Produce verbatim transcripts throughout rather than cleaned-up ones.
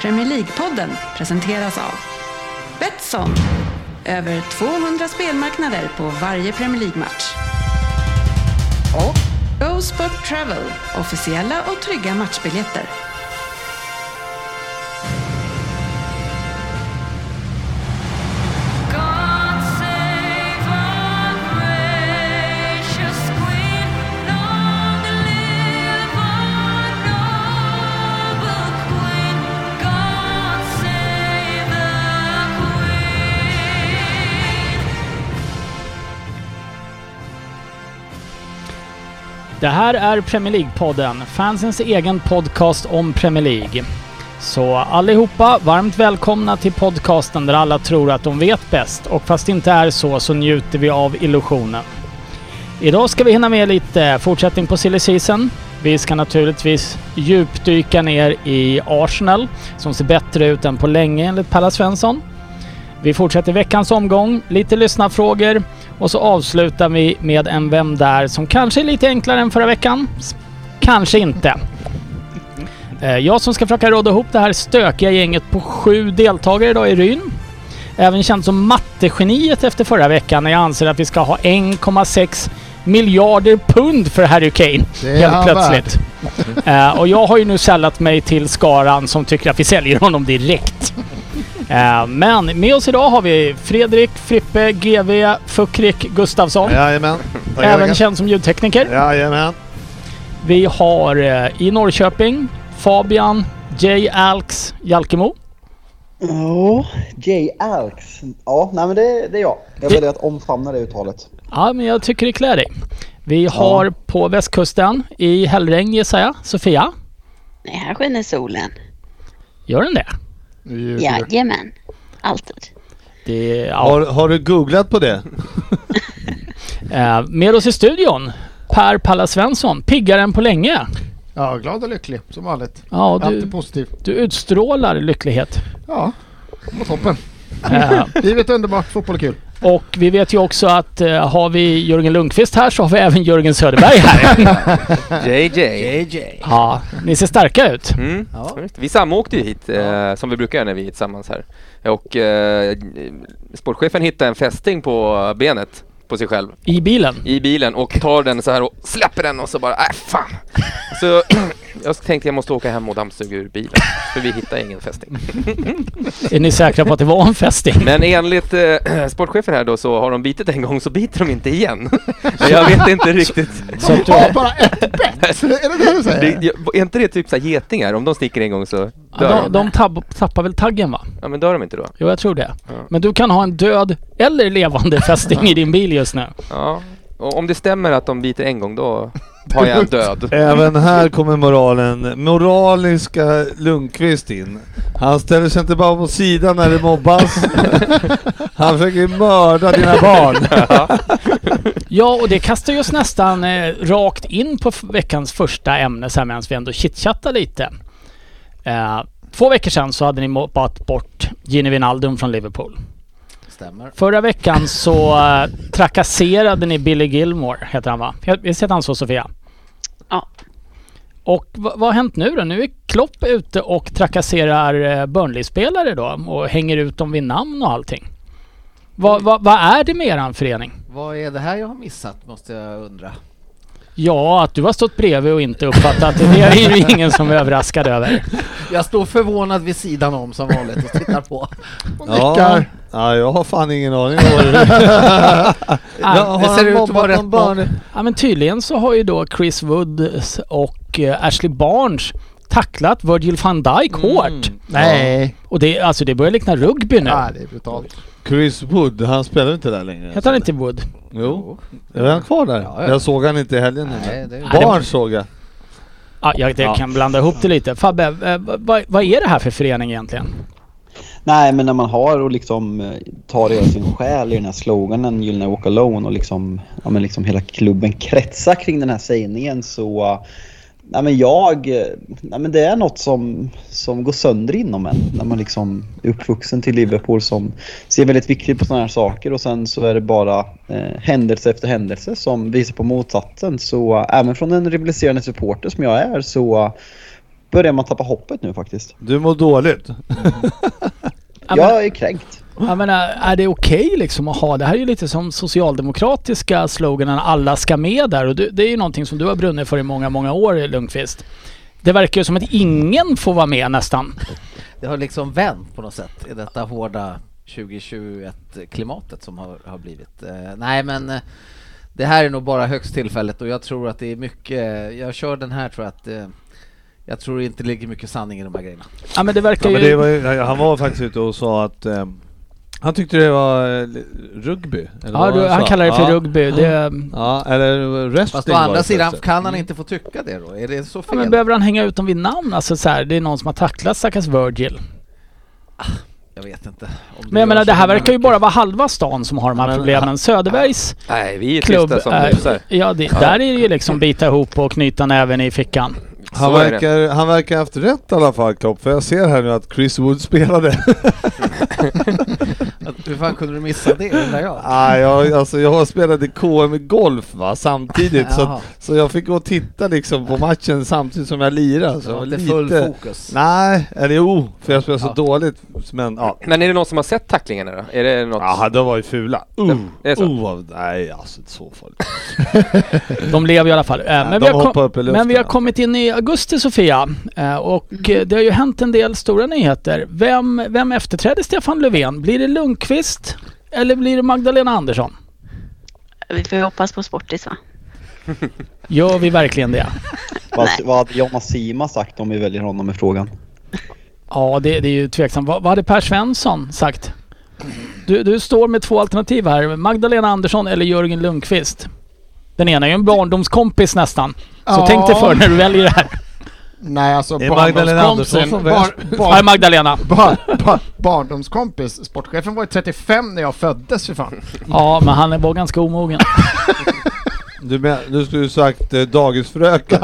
Premier League-podden presenteras av Betsson. Över tvåhundra spelmarknader på varje Premier League-match. Och Go Sport Travel. Officiella och trygga matchbiljetter. Det här är Premier League-podden, fansens egen podcast om Premier League. Så allihopa, varmt välkomna till podcasten där alla tror att de vet bäst. Och fast det inte är så, så njuter vi av illusionen. Idag ska vi hinna med lite fortsättning på silly season. Vi ska naturligtvis djupdyka ner i Arsenal, som ser bättre ut än på länge enligt Palla Svensson. Vi fortsätter veckans omgång, lite lyssnarfrågor och så avslutar vi med en Vem där som kanske är lite enklare än förra veckan. Kanske inte. Jag som ska försöka råda ihop det här stökiga gänget på sju deltagare idag i Ryn. Även känd som mattegeniet efter förra veckan när jag anser att vi ska ha en komma sex miljarder pund för Harry Kane. Helt plötsligt. uh, och jag har ju nu sällat mig till skaran som tycker att vi säljer honom direkt. Uh, men med oss idag har vi Fredrik, Frippe, G V, Fukrik, Gustafsson. Jajamän. Även känd som ljudtekniker. Jajamän. Vi har uh, i Norrköping Fabian, J. Alks, Jalkemo. Ja, oh, J. Alks. Ja, nej men det, det är jag. Jag väljer att omfamna det uttalet. Ja, men jag tycker det klär dig. Vi har ja. På västkusten i Hellregn, gissar jag, Sofia. Nej, här skiner solen. Gör den det? Jajamän, alltid. Det, ja. har, har du googlat på det? eh, med oss i studion, Per Palla Svensson, piggare än på länge. Ja, glad och lycklig, som vanligt. Ja, du, alltid positiv. Du utstrålar lycklighet. Ja, på toppen. eh. Livet är underbart, fotboll är kul. Och vi vet ju också att uh, har vi Jörgen Lundqvist här så har vi även Jörgen Söderberg här. J J. J J. Ja, ni ser starka ut. Mm. Ja. Vi samåkte ju hit, eh, som vi brukar när vi är tillsammans här. Och eh, sportchefen hittade en fästing på benet på sig själv. I bilen? I bilen och tar den så här och släpper den och så bara, äh fan. Så jag tänkte jag måste åka hem och dammsuga ur bilen. För vi hittar ingen fästing. Är ni säkra på att det var en fästing? Men enligt eh, sportchefen här då så har de bitit en gång så biter de inte igen. Men jag vet inte riktigt. Så de har bara ett bett. Är det det du säger? Det, är inte det typ så här getingar? Om de sticker en gång så dör ja, de. De tapp, tappar väl taggen, va? Ja, men dör de inte då? Jo, jag tror det. Ja. Men du kan ha en död eller levande fästing i din bil just nu. Ja, och om det stämmer att de biter en gång då har jag en död. Även här kommer moralen. Moraliska Lundqvist in. Han ställer sig inte bara på sidan när det mobbas. Han försöker mörda dina barn. Ja, och det kastar just nästan eh, rakt in på f- veckans första ämne så här medan vi ändå chitchattar lite. Eh, två veckor sedan så hade ni mobbat bort Gini Wijnaldum från Liverpool. Stämmer. Förra veckan så äh, trakasserade ni Billy Gilmore, heter han va? Visst heter han så, Sofia? Ja. Och v- vad har hänt nu då? Nu är Klopp ute och trakasserar äh, Burnley-spelare då och hänger ut dem vid namn och allting. Va, va, vad är det med eran förening? Vad är det här jag har missat, måste jag undra. Ja, att du har stått bredvid och inte uppfattat det, det är ju ingen som är överraskad över. Jag står förvånad vid sidan om som vanligt och tittar på. Och ja, ja, jag har fan ingen aning om vad det är. Ja, det ser ut att vara rätt barn. Ja, men tydligen så har ju då Chris Wood och uh, Ashley Barnes tacklat Virgil van Dijk mm. hårt. Nej. Och det, alltså det börjar likna rugby nu. Ja, det är brutalt. Chris Wood, han spelar inte där längre. Heter han inte Wood? Jo. Är han kvar där? Ja, ja. Jag såg han inte i helgen. Nej, det är... Barn såg jag. Ja, jag det ja. kan blanda ihop det lite. Fabbe, eh, vad, vad är det här för förening egentligen? Nej, men när man har och liksom tar det sin själ i den här sloganen You'll never walk alone och liksom, ja, men liksom hela klubben kretsar kring den här sägningen så... Nej, men jag, nej, men det är något som, som går sönder inom en när man liksom är uppvuxen till Liverpool som ser väldigt viktigt på sådana här saker och sen så är det bara eh, händelse efter händelse som visar på motsatsen. Så även från en rivaliserande supporter som jag är så börjar man tappa hoppet nu faktiskt. Du mår dåligt. Jag är kränkt. Jag menar, är det okej okay liksom att ha, det här är ju lite som socialdemokratiska sloganen, alla ska med där, och du, det är ju någonting som du har brunnit för i många, många år, Lundqvist. Det verkar ju som att ingen får vara med nästan. Det har liksom vänt på något sätt i detta hårda tjugohundratjugoett-klimatet som har, har blivit. Eh, nej men eh, det här är nog bara högst tillfället, och jag tror att det är mycket, jag kör den här tror jag att eh, jag tror inte det ligger mycket sanning i de här grejerna. Ja men det verkar ja, ju... men det var, han var faktiskt ute och sa att eh, han tyckte det var eh, rugby. Eller ja, du, han, han kallar det för ja. rugby. Det, ja, eller wrestling. Fast å andra sidan kan han inte få tycka det då? Är det så fel? Ja, men behöver han hänga ut dem vid namn? Alltså så här, det är någon som har tacklat stackars Virgil. Jag vet inte. Om Men jag menar, det här verkar ju bara vara halva stan som har de här men, problemen. Söderbergs nej, vi är klubb som är, ja, det, ja, där är det ju liksom bita ihop och knyta näven i fickan. Han verkar, han verkar haft rätt i alla fall, Klopp, för jag ser här nu att Chris Wood spelade. Hur fan kunde du missa det? Undrar jag. Ah, jag, alltså, jag spelade K M i golf va, samtidigt, så, så jag fick gå och titta liksom på matchen samtidigt som jag lirade. Så det var lite full fokus. Nej, eller jo, för jag spelade så ja. dåligt. Men, ja. men är det någon som har sett tacklingarna då? Är det något? Ja, de var ju fula. Uh, det är så? Uh, nej, alltså inte så farligt. De lever i alla fall. Äh, men, ja, vi har kom- luften, men vi har kommit in i augusti, Sofia. Äh, och mm. det har ju hänt en del stora nyheter. Vem, vem efterträder Stefan Löfven? Blir det Lundqvist eller blir det Magdalena Andersson? Vi får hoppas på Sportis, va? Gör vi verkligen det? vad, vad hade Jonas Sima sagt om vi väljer honom i frågan? Ja, det, det är ju tveksamt. Vad, vad hade Per Svensson sagt? Du, du står med två alternativ här. Magdalena Andersson eller Jörgen Lundqvist. Den ena är ju en barndomskompis nästan. Så ja. Tänk dig för när du väljer det här. Nej, alltså är Magdalena Andersson som bar, bar, bar, Magdalena. Bar, bar, barndomskompis. Sportchefen var ju trettiofem när jag föddes för fan. Ja, men han var ganska omogen. Du, men, du skulle ju sagt eh, dagisfröken.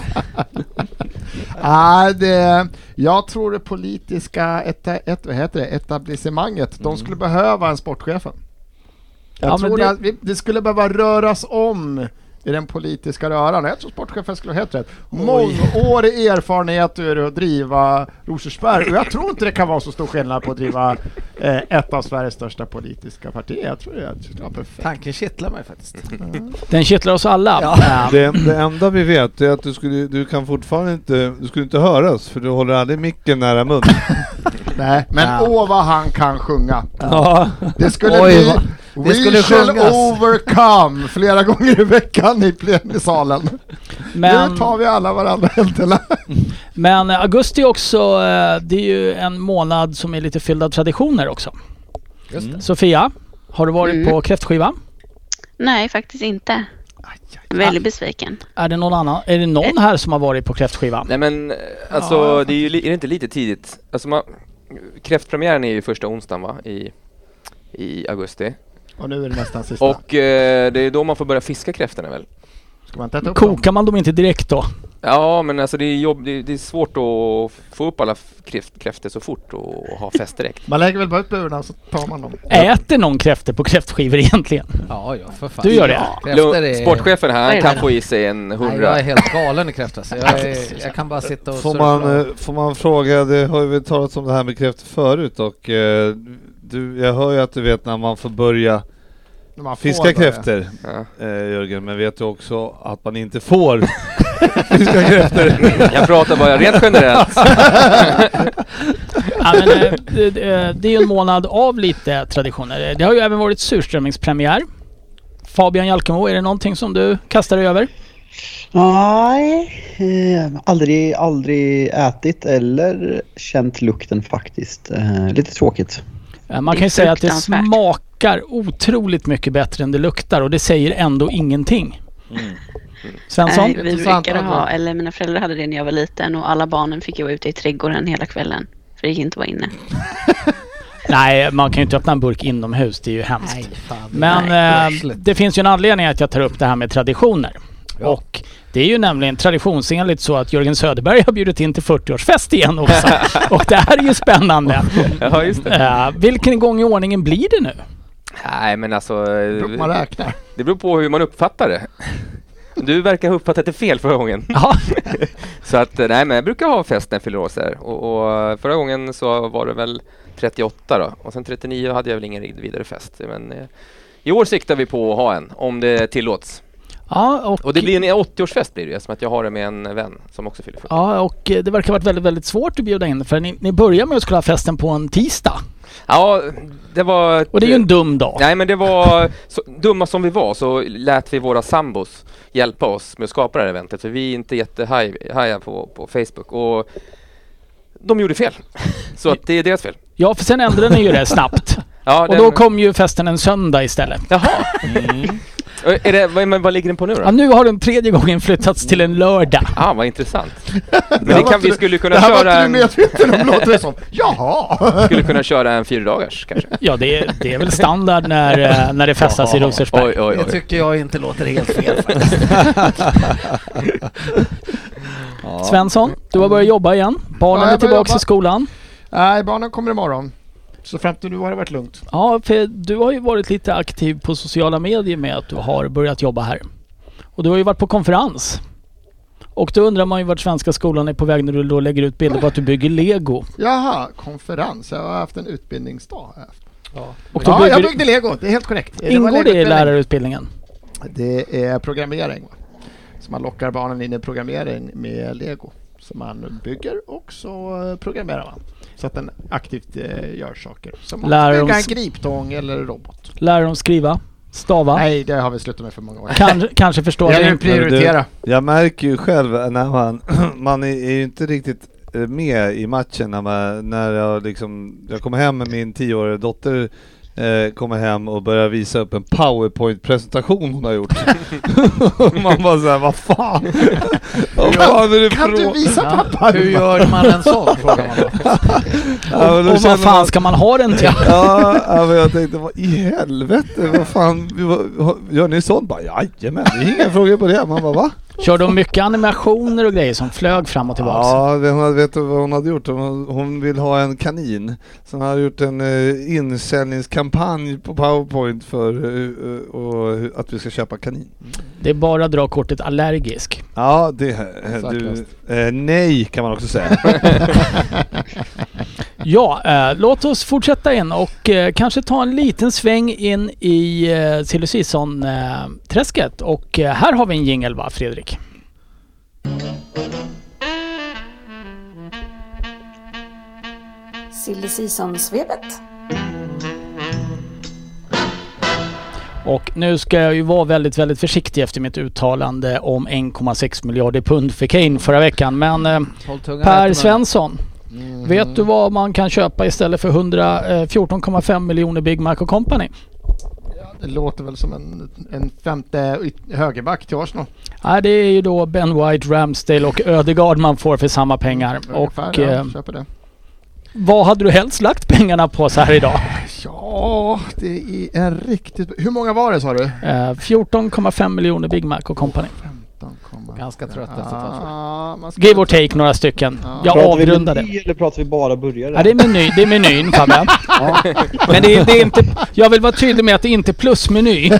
Nej, det, jag tror det politiska et, et, vad heter det, etablissemanget, mm. de skulle behöva en sportchefen. Jag ja, tror det, att vi, det skulle behöva röras om i den politiska röran. Jag tror sportchefen skulle ha helt rätt. Mångårig erfarenhet ur att driva Rosersberg. Och jag tror inte det kan vara så stor skillnad på att driva eh, ett av Sveriges största politiska partier. Jag tror det är ja, perfekt. Tanken kittlar mig faktiskt. Mm. Den kittlar oss alla. Ja. Det, det enda vi vet är att du, skulle, du kan fortfarande inte, du skulle inte höras för du håller aldrig micken nära mun. Nej, men ja. Åh vad han kan sjunga. Ja. Det skulle Oj, bli va? Det We skulle shall sjungas. Overcome flera gånger i veckan i plenisalen. Men, nu tar vi alla varandra helterna. Men augusti också, det är ju en månad som är lite fylld av traditioner också. Just det. Sofia, har du varit mm. på kräftskiva? Nej, faktiskt inte. Aj, aj, aj. Väldigt besviken. Är det någon annan? Är det någon här som har varit på kräftskiva? Nej men alltså ja, det är ju är det inte lite tidigt. Alltså man, kräftpremiären är ju första onsdagen va i i augusti. Och nu är det nästan sista. Och eh, det är då man får börja fiska kräftorna väl. Ska man inte Kokar dem? Man dem inte direkt då? Ja, men alltså det är jobb, det är, det är svårt att få upp alla kräft, kräftor så fort och ha fest direkt. Man lägger väl bara ut burarna så tar man dem. Äter någon kräftor på kräftskivor egentligen? Ja, ja, för fan. Du gör det? Ja, är... Sportchefen här, han kan få i sig en hundra. Nej, jag är helt galen i kräftor. Så jag, är, jag kan bara sitta och får man, får man fråga, det har ju talat om det här med kräftor förut och eh, du, jag hör ju att du vet när man får börja man får fiska kräftor, ja. eh, Jörgen, men vet du också att man inte får fiska kräftor? Jag pratar bara rent generellt. Ja, men, eh, det, det är ju en månad av lite traditioner. Det har ju även varit surströmmingspremiär. Fabian Jalkemo, är det någonting som du kastar dig över? Nej, eh, aldrig, aldrig ätit eller känt lukten faktiskt. Eh, lite tråkigt. Man kan ju säga att det smakar otroligt mycket bättre än det luktar och det säger ändå ingenting. Mm. Svensson? Nej, vi brukade ha, eller mina föräldrar hade det när jag var liten och alla barnen fick ju vara ute i trädgården hela kvällen. För det gick inte att vara inne. Nej, man kan ju inte öppna en burk inomhus, det är ju hemskt. Nej, fan, Men nej, eh, det finns ju en anledning att jag tar upp det här med traditioner. Ja. Och det är ju nämligen traditionsenligt så att Jörgen Söderberg har bjudit in till fyrtioårsfest igen också. Och det här är ju spännande. Ja, just det. Uh, vilken gång i ordningen blir det nu? Nej, men alltså... Man räknar. Det beror på hur man uppfattar det. Du verkar ha uppfattat det fel förra gången. Ja. Så att, nej men jag brukar ha fest när jag fyller år så här. Och, och förra gången så var det väl trettioåtta då. Och sen trettionio hade jag väl ingen vidare fest. Men eh, i år siktar vi på att ha en, om det tillåts. Ja, och, och det blir en åttioårsfest blir det, som att jag har det med en vän som också fyller fyrtio. Ja, och det verkar ha varit väldigt, väldigt svårt att bjuda in, för ni, ni börjar med att skulle ha festen på en tisdag. Ja, det var... Och det är ju en dum dag. Nej, men det var... Så, dumma som vi var så lät vi våra sambos hjälpa oss med att skapa det här eventet. För vi är inte jättehaja på, på Facebook. Och de gjorde fel. Så att det är deras fel. Ja, för sen ändrade ni ju det snabbt. Ja, och den... då kom ju festen en söndag istället. Jaha. Mm. Är det, vad, vad ligger den på nu då? Ja, nu har den tredje gången flyttats till en lördag. Ah, vad intressant. Men det kan, vi skulle kunna det här köra var en... medveten om, låter det som. Jaha! Skulle kunna köra en fyra dagars kanske. Ja, det är, det är väl standard när, när det festas i Rosersberg. Oj, oj, oj. Det tycker jag inte låter helt fel faktiskt. Svensson, du har börjat jobba igen. Barnen ja, är tillbaka i skolan. Nej, barnen kommer imorgon. Så fram till nu har det varit lugnt. Ja, för du har ju varit lite aktiv på sociala medier med att du har börjat jobba här. Och du har ju varit på konferens. Och då undrar man ju vart svenska skolan är på väg när du då lägger ut bilder på att du bygger Lego. Jaha, konferens. Jag har haft en utbildningsdag. Ja, och då ja jag byggde Lego, det är helt korrekt. Ingår det, det i lärarutbildningen? Det är programmering. Va? Så man lockar barnen in i programmering med Lego. Så man bygger och så programmerar man. Så att den aktivt eh, gör saker. Som att bygga en griptång eller robot. Lär dem skriva? Stava? Nej, det har vi slutat med för många år. Kanske, kanske förstår jag. Jag prioritera. Du, jag märker ju själv när man, man är, är ju inte riktigt med i matchen när, man, när jag, liksom, jag kommer hem med min tioåriga dotter eh, kommer hem och börjar visa upp en PowerPoint-presentation hon har gjort. Man bara såhär, vad fan? vad fan är det kan du visa pappa? Hur gör man en sån? Frågar man då. Ja, och och vad fan man... ska man ha den till? ja, ja, men jag tänkte, vad i helvete? Vad fan, gör ni sånt? Bara, jajamän, det är inga frågor på det. Man bara, va? Kör de mycket animationer och grejer som flög fram och tillbaka? Ja, hon vet du vad hon hade gjort? Hon, hon vill ha en kanin. Så hon hade gjort en uh, insäljningskampanj på PowerPoint för uh, uh, att vi ska köpa kanin. Det är bara att dra kortet allergisk. Ja, det uh, du, uh, nej kan man också säga. Ja, uh, låt oss fortsätta in och uh, kanske ta en liten sväng in i uh, silly season-träsket. Uh, och uh, här har vi en jingle, va, Fredrik? Silly season-svepet. Och nu ska jag ju vara väldigt, väldigt försiktig efter mitt uttalande om en komma sex miljarder pund för Kane förra veckan. Men uh, Per Svensson, mm. vet du vad man kan köpa istället för hundrafjorton komma fem miljoner Big Mac och Company? Ja, det låter väl som en, en femte högerback till Arsenal. Nej, det är ju då Ben White, Ramsdale och Ödegaard man får för samma pengar. Ungefär, och, ja, köper det. Vad hade du helst lagt pengarna på så här idag? Ja, det är en riktigt... Hur många var det, sa du? Uh, fjorton komma fem miljoner Big Mac och Company. Ganska trött efter ah, Give or take några stycken. Ah. Jag pratar avrundade. Vi meny, eller pratar vi bara burgare? Ja, det är meny, det är menyn, Fabbe. Ja. Men det är, det är inte... Jag vill vara tydlig med att det inte är plusmeny.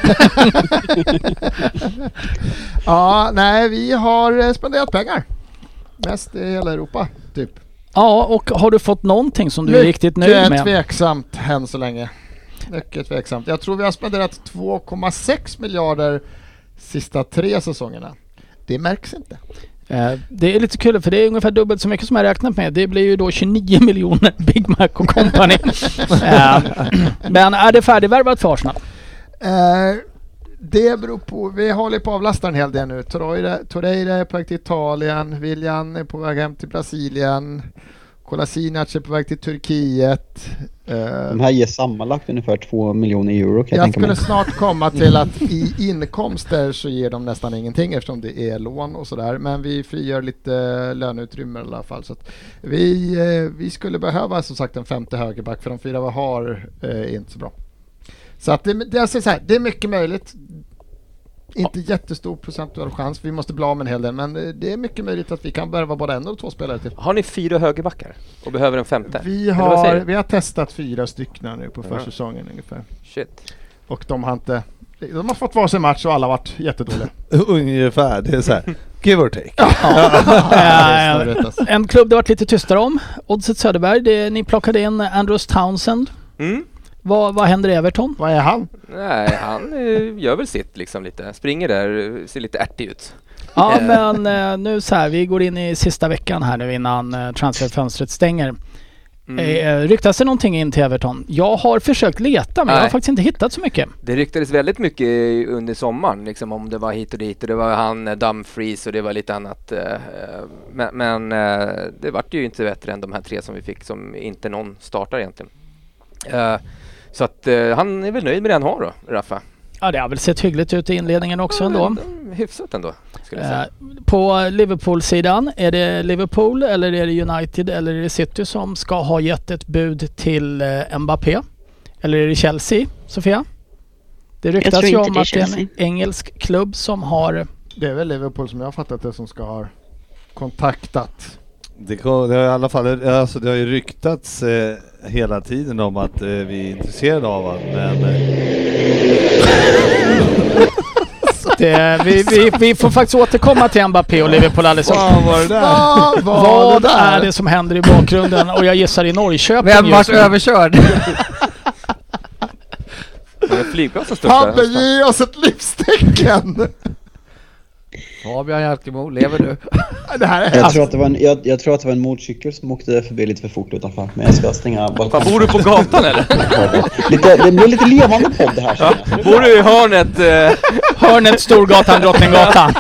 Ja, nej, vi har spenderat pengar. Mest i hela Europa, typ. Ja, och har du fått någonting som du mycket är riktigt nöjd med? Mycket tveksamt än så länge. Mycket tveksamt. Jag tror vi har spenderat två komma sex miljarder sista tre säsongerna. Det märks inte. Uh, det är lite kul för det är ungefär dubbelt så mycket som jag räknat med. Det blir ju då tjugonio miljoner Big Mac och Company. uh, men är det färdigvärvat för Arsenal? Uh, det beror på. Vi håller på att avlasta en hel del nu. Torreira är på väg till Italien. Willian är på väg hem till Brasilien. Kolasinac är på väg till Turkiet. De här ger sammanlagt ungefär två miljoner euro. Kan jag jag skulle mig. snart komma till att i inkomster så ger de nästan ingenting eftersom det är lån och sådär. Men vi frigör lite löneutrymme i alla fall. Så att vi, vi skulle behöva som sagt en femte högerback för de fyra vi har är inte så bra. Så att det, det, alltså så här, det är mycket möjligt. Inte jättestor procentuell chans. Vi måste bli av med en hel del. Men det är mycket möjligt att vi kan behöva både en och två spelare till. Har ni fyra högerbackar och behöver en femte? Vi har, vi har testat fyra stycken nu på försäsongen ungefär. Shit. Och de har inte De har fått varsin match och alla har varit jättedåliga. Ungefär, det är så här. Give or take. Ja. äh, en klubb det har varit lite tystare om. Oddset Söderberg, det, ni plockade in Andrews Townsend. Mm. Vad, vad händer i Everton? Vad är han? Nej, han eh, gör väl sitt liksom lite. Springer där, ser lite ärtig ut. Ja, men eh, nu så här, vi går in i sista veckan här nu innan eh, transferfönstret stänger. Mm. Eh, ryktas det någonting in till Everton? Jag har försökt leta men Nej. jag har faktiskt inte hittat så mycket. Det ryktades väldigt mycket under sommaren, liksom om det var hit och dit. Och det var han, eh, Dumfries och det var lite annat. Eh, men men eh, det vart ju inte bättre än de här tre som vi fick som inte någon startar egentligen. Eh, så att eh, han är väl nöjd med det han har då, Raffa. Ja, det har väl sett hyggligt ut i inledningen också ja, ändå. Hyfsat ändå, skulle jag säga. Eh, på Liverpool-sidan, är det Liverpool eller är det United eller är det City som ska ha gett ett bud till eh, Mbappé? Eller är det Chelsea, Sofia? Det ryktas ju om det att det är en engelsk klubb som har... Det är väl Liverpool som jag har fattat det som ska ha kontaktat. Det, det har i alla fall, alltså det har ju ryktats eh, hela tiden om att eh, vi är intresserade av att, men... det, vi, vi, vi får faktiskt återkomma till Mbappé och Liverpool alldeles. Vad var det där? Vad, vad vad det där? är det som händer i bakgrunden? Och jag gissar i Norrköping. Vem vart överkörd? Fabbe, ge oss ett livstecken! Fabian Jalkemo, lever du? Det här är jag, tror att det var en, jag, jag tror att det var en motorcykel som åkte förbi lite för fort utanför. Men jag ska stänga balkongen. Bor du på gatan eller? lite, det blir lite levande podd det här. Ja. Bor du i hörnet? Eh... Hörnet, Storgatan, Drottninggatan.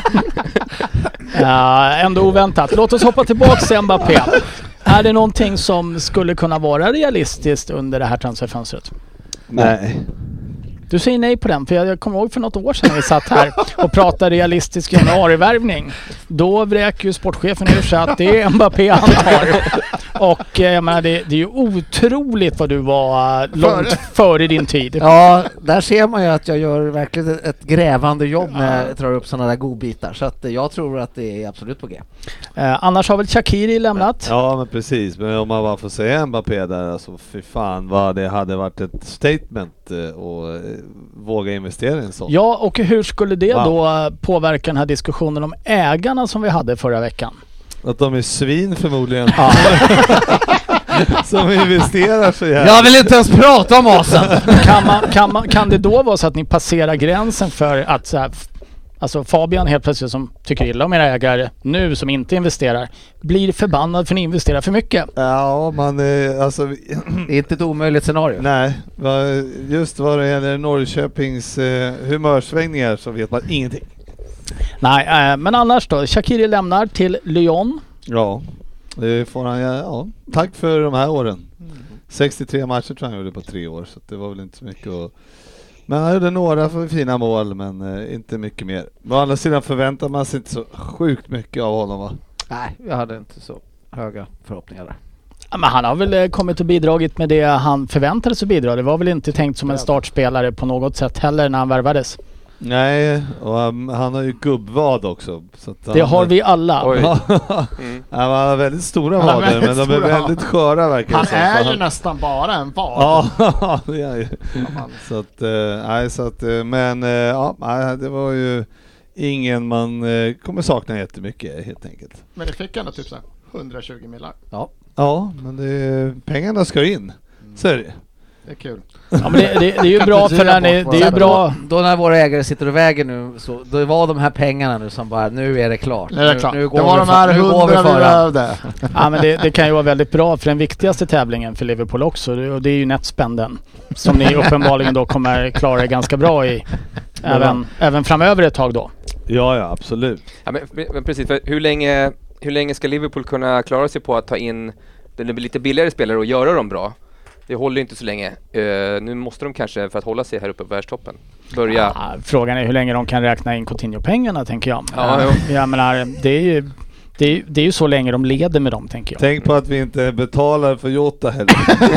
Ja, ändå oväntat. Låt oss hoppa tillbaka till Mbappé. Är det någonting som skulle kunna vara realistiskt under det här transferfönstret? Nej. Du säger nej på den, för jag, jag kommer ihåg för något år sedan när vi satt här och pratade realistisk januarivärvning. Då vräker ju sportchefen ur sig att det är Mbappé han har. Och jag menar, det, det är ju otroligt vad du var uh, långt före din tid. Ja, där ser man ju att jag gör verkligen ett, ett grävande jobb när jag drar upp sådana där godbitar. Så att jag tror att det är absolut på G. Uh, annars har väl Shaqiri lämnat? Ja, men precis. Men om man bara får säga Mbappé där, alltså fy fan vad det hade varit ett statement och uh, våga investera i en sån. Ja, och hur skulle det wow. då påverka den här diskussionen om ägarna som vi hade förra veckan? Att de är svin förmodligen. Ja. Som investerar så jävla. Jag vill inte ens prata om asen. kan, man, kan, man, kan det då vara så att ni passerar gränsen för att så här, alltså Fabian helt plötsligt som tycker illa om era ägare nu som inte investerar blir förbannad för att ni investerar för mycket? Ja, man är alltså... Det är inte ett omöjligt scenario. Nej, just vad det gäller Norrköpings eh, humörsvängningar så vet man ingenting. Nej, äh, men annars då, Shaqiri lämnar till Lyon. Ja, det får han, ja. Tack för de här åren. Mm. sextiotre matcher tror jag han gjorde på tre år, så det var väl inte så mycket att... Men han gjorde några för fina mål, men eh, inte mycket mer. Å andra sidan förväntar man sig inte så sjukt mycket av honom, va? Nej, jag hade inte så höga förhoppningar där. Ja, men han har väl kommit och bidragit med det han förväntade sig bidra. Det var väl inte tänkt som en startspelare på något sätt heller när han värvades. Nej, och um, han har ju gubbvad också. Så att det han, har vi alla. mm. Han har väldigt stora vader, men de är väldigt sköra verkligen. Han så. är så ju han... nästan bara en vad. Ja, det är ju. Så att, uh, nej, så att, uh, men uh, ja, det var ju ingen man uh, kommer sakna jättemycket helt enkelt. Men det fick ändå typ så hundratjugo millar. Ja. Ja, men det, pengarna ska in. Så är det. Det är kul. Ja, men det, det, det är ju bra för när ni, det är ju bra. Då, då när våra ägare sitter och väger nu, så då var de här pengarna nu som bara, nu är det klart. Nu är det klart. Nu, nu går det var vi de här för, hundra vi behövde. Ja, men det, det kan ju vara väldigt bra för den viktigaste tävlingen för Liverpool också. Och det är ju netspenden. Som ni uppenbarligen då kommer klara ganska bra i. Även, ja. även framöver ett tag då. Ja, ja, absolut. Ja, men, men precis, för hur länge, hur länge ska Liverpool kunna klara sig på att ta in den lite billigare spelare och göra dem bra? Det håller inte så länge. Uh, nu måste de kanske, för att hålla sig här uppe på världstoppen, börja... Ja, frågan är hur länge de kan räkna in Coutinho-pengarna, tänker jag. Ja, uh, jag menar, det är ju... Det är, det är ju så länge de leder med dem, tänker jag. Tänk på att vi inte betalar för Jota heller.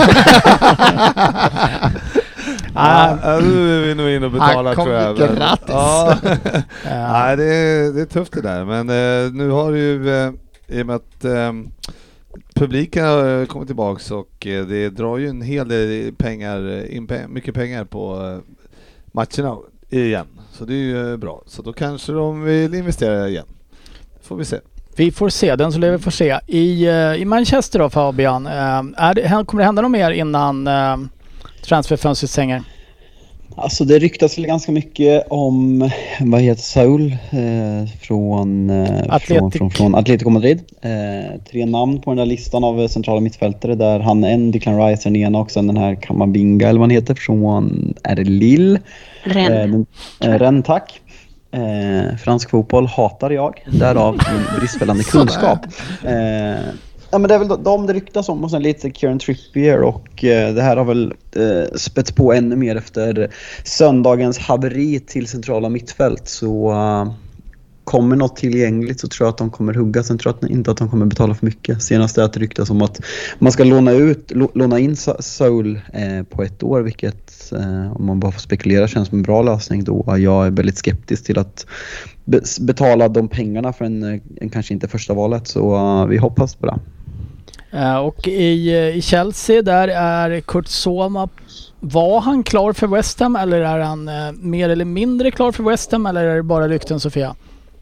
Ah, ja, nu är vi nog in och betalar, tror jag. Han kom gratis. Ja. Nej, det är, det är tufft det där. Men eh, nu har du ju, eh, i och med att eh, publiken har kommit tillbaka och eh, det drar ju en hel del pengar, in, mycket pengar på eh, matcherna. igen. Så det är ju bra. Så då kanske de vill investera igen. Får vi se. Vi får se, den så lever vi får se. I, i Manchester då, Fabian, är det, kommer det hända något mer innan uh, transferfönstret stänger? Alltså det ryktas väl ganska mycket om, vad heter Saul eh, från, eh, Atletic. från, från, från Atletico Madrid. Eh, tre namn på den där listan av centrala mittfältare där han en, Declan Rice, den ena och sen den här Kamavinga eller vad han heter från, är det Lille? Ren. Eh, eh, Ren, tack. Eh, fransk fotboll hatar jag, därav min bristfällande kunskap. Eh, Ja, men det är väl de det ryktas om och sen lite Kieran Trippier och eh, det här har väl eh, spets på ännu mer efter söndagens haveri till centrala mittfält. Så uh, kommer något tillgängligt så tror jag att de kommer hugga. Sen tror jag inte att de kommer betala för mycket. Senast är att det ryktas om att man ska låna, ut, låna in Saul eh, på ett år, vilket eh, om man bara får spekulera känns som en bra lösning då. Jag är väldigt skeptisk till att be- betala de pengarna för en, en kanske inte första valet, så uh, vi hoppas på det. Uh, och i, i Chelsea där är Kurt Zouma, var han klar för West Ham eller är han uh, mer eller mindre klar för West Ham eller är det bara rykten, Sofia?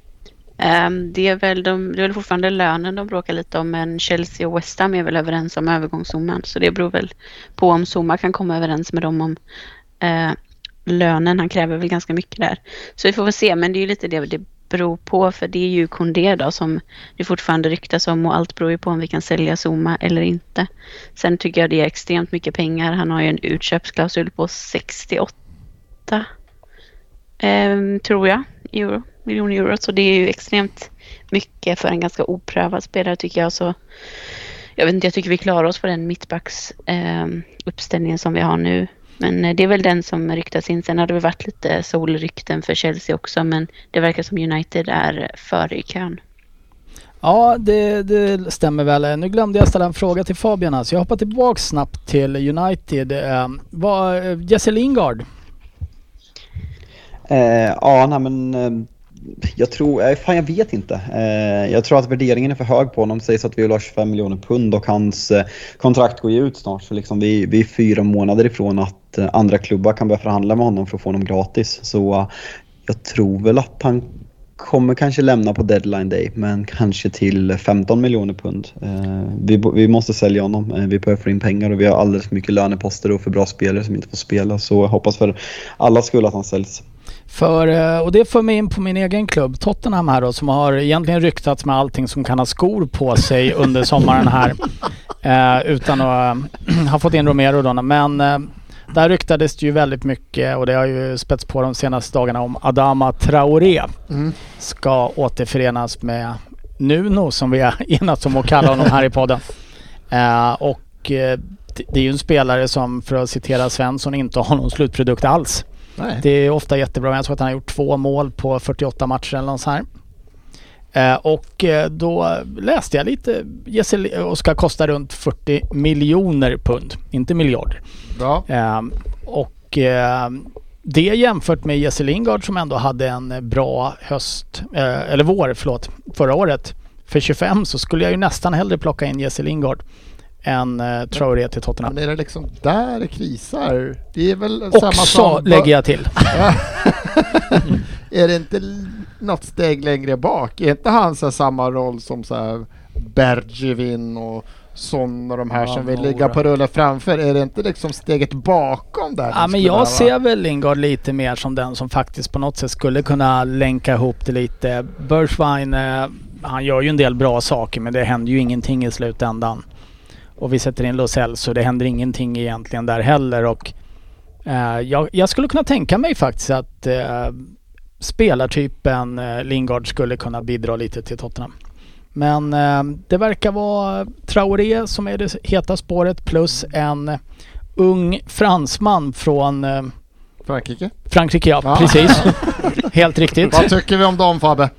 Um, det, är väl de, det är väl fortfarande lönen de bråkar lite om, men Chelsea och West Ham är väl överens om övergångssumman, så det beror väl på om Zouma kan komma överens med dem om uh, lönen. Han kräver väl ganska mycket där, så vi får väl se, men det är ju lite det det beror på, för det är ju Koundé då som det fortfarande ryktas om, och allt beror ju på om vi kan sälja Zouma eller inte. Sen tycker jag det är extremt mycket pengar. Han har ju en utköpsklausul på sextioåtta eh, tror jag euro, miljoner euro, så det är ju extremt mycket för en ganska oprövad spelare tycker jag. Så jag vet inte, jag tycker vi klarar oss på den mittbacks eh, uppställningen som vi har nu. Men det är väl den som ryktas in. Sen har det väl varit lite solrykten för Chelsea också, men det verkar som United är före i kön. Ja, det, det stämmer väl. Nu glömde jag ställa en fråga till Fabian här, så jag hoppar tillbaka snabbt till United. Eh, vad, Jesse Lingard? Eh, ja, nej, men eh, jag tror, eh, fan jag vet inte. Eh, jag tror att värderingen är för hög på honom. Det sägs att vi vill ha tjugofem miljoner pund och hans eh, kontrakt går ju ut snart. Så liksom vi, vi är fyra månader ifrån att eh, andra klubbar kan börja förhandla med honom för att få honom gratis. Så eh, jag tror väl att han kommer kanske lämna på deadline day, men kanske till femton miljoner pund. Eh, vi, vi måste sälja honom. Eh, vi behöver få in pengar och vi har alldeles för mycket löneposter och för bra spelare som inte får spela. Så jag hoppas för alla skull att han säljs. För, och det för mig in på min egen klubb Tottenham här då, som har egentligen ryktats med allting som kan ha skor på sig under sommaren här eh, utan att äh, ha fått in Romero då. Men äh, där ryktades det ju väldigt mycket, och det har ju spets på de senaste dagarna, om Adama Traoré mm. ska återförenas med Nuno, som vi har enats om att kalla honom här i podden. Eh, och eh, det är ju en spelare som, för att citera Svensson, inte har någon slutprodukt alls. Nej. Det är ofta jättebra. Jag tror att han har gjort två mål på fyrtioåtta matcher eller något så här. Eh, och eh, då läste jag lite Jesse, och ska kosta runt fyrtio miljoner pund, inte miljarder. Bra. Eh, och eh, det jämfört med Jesse Lingard som ändå hade en bra höst, eh, eller vår, förlåt, förra året. För tjugofem så skulle jag ju nästan hellre plocka in Jesse Lingard än uh, Traoré till Tottenham. Men är det liksom där det krisar? Det är väl också samma som... lägger jag till. mm. Är det inte något steg längre bak? Är inte han så samma roll som så här Bergevin och Son och de här ja, som vill ligga på rullen framför? Är det inte liksom steget bakom där? Ja, men jag vara? ser väl Lingard lite mer som den som faktiskt på något sätt skulle kunna länka ihop det lite. Bergwijn, eh, han gör ju en del bra saker, men det händer ju ingenting i slutändan. Och vi sätter in Lo Celso, så det händer ingenting egentligen där heller. Och eh, jag, jag skulle kunna tänka mig faktiskt att eh, spelartypen eh, Lingard skulle kunna bidra lite till Tottenham. Men eh, det verkar vara Traoré som är det heta spåret, plus en ung fransman från eh, Frankrike. Frankrike, ja, ja. Precis. Helt riktigt. Vad tycker vi om dem, Fabbe?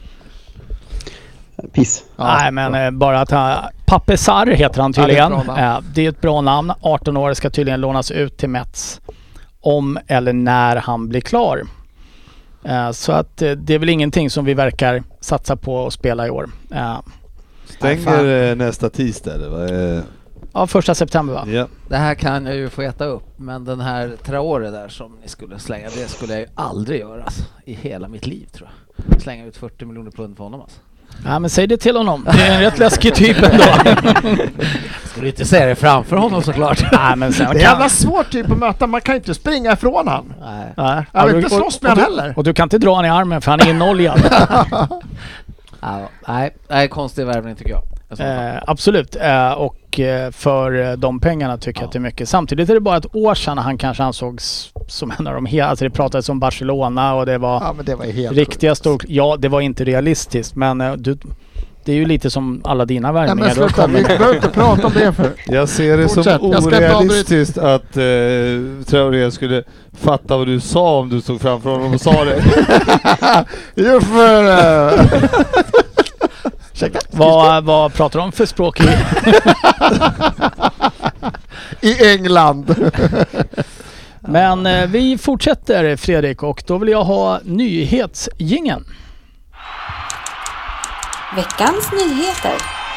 Piss. Ja, Nej, men eh, bara att han... Pape Sarr heter han tydligen. Ja, det, är eh, det är ett bra namn. arton år, ska tydligen lånas ut till Mets om eller när han blir klar. Eh, så att eh, det är väl ingenting som vi verkar satsa på att spela i år. Eh, Stänger äh, nästa tisdag eller vad är... Ja, första september va? Ja. Det här kan jag ju få äta upp, men den här Traore där som ni skulle slänga, det skulle jag ju aldrig göra alltså, i hela mitt liv tror jag. Slänga ut fyrtio miljoner pund för honom alltså. Ja, men säg det till honom. Det är en rätt läskig typ ändå. Skulle inte säga det framför honom såklart. Nej, men sen det är en jävla svår typ att möta. Man kan inte springa ifrån han. Nej. Nej. Jag vill och, inte slåss med och, han och, heller. och du kan inte dra han i armen för han är inoljad. Ja, nej, nej, konstig värvning tycker jag. Eh, absolut. Eh, och eh, för de pengarna tycker ja. jag att det är mycket. Samtidigt är det bara ett år sedan han kanske ansågs som en av de hela... Alltså det pratades om Barcelona och det var, ja, men det var helt riktiga stor... Ja, det var inte realistiskt. Men eh, du, det är ju lite som alla dina värvningar. Ja, men sluta, vi behöver inte prata om det för. Jag ser det Fortsätt. som orealistiskt att eh, Traoré skulle fatta vad du sa om du stod framför honom och sa det. Jo för... Uh... vad, vad pratar de om för språk i? I England. Men eh, vi fortsätter Fredrik och då vill jag ha nyhetsjingeln. Veckans nyheter.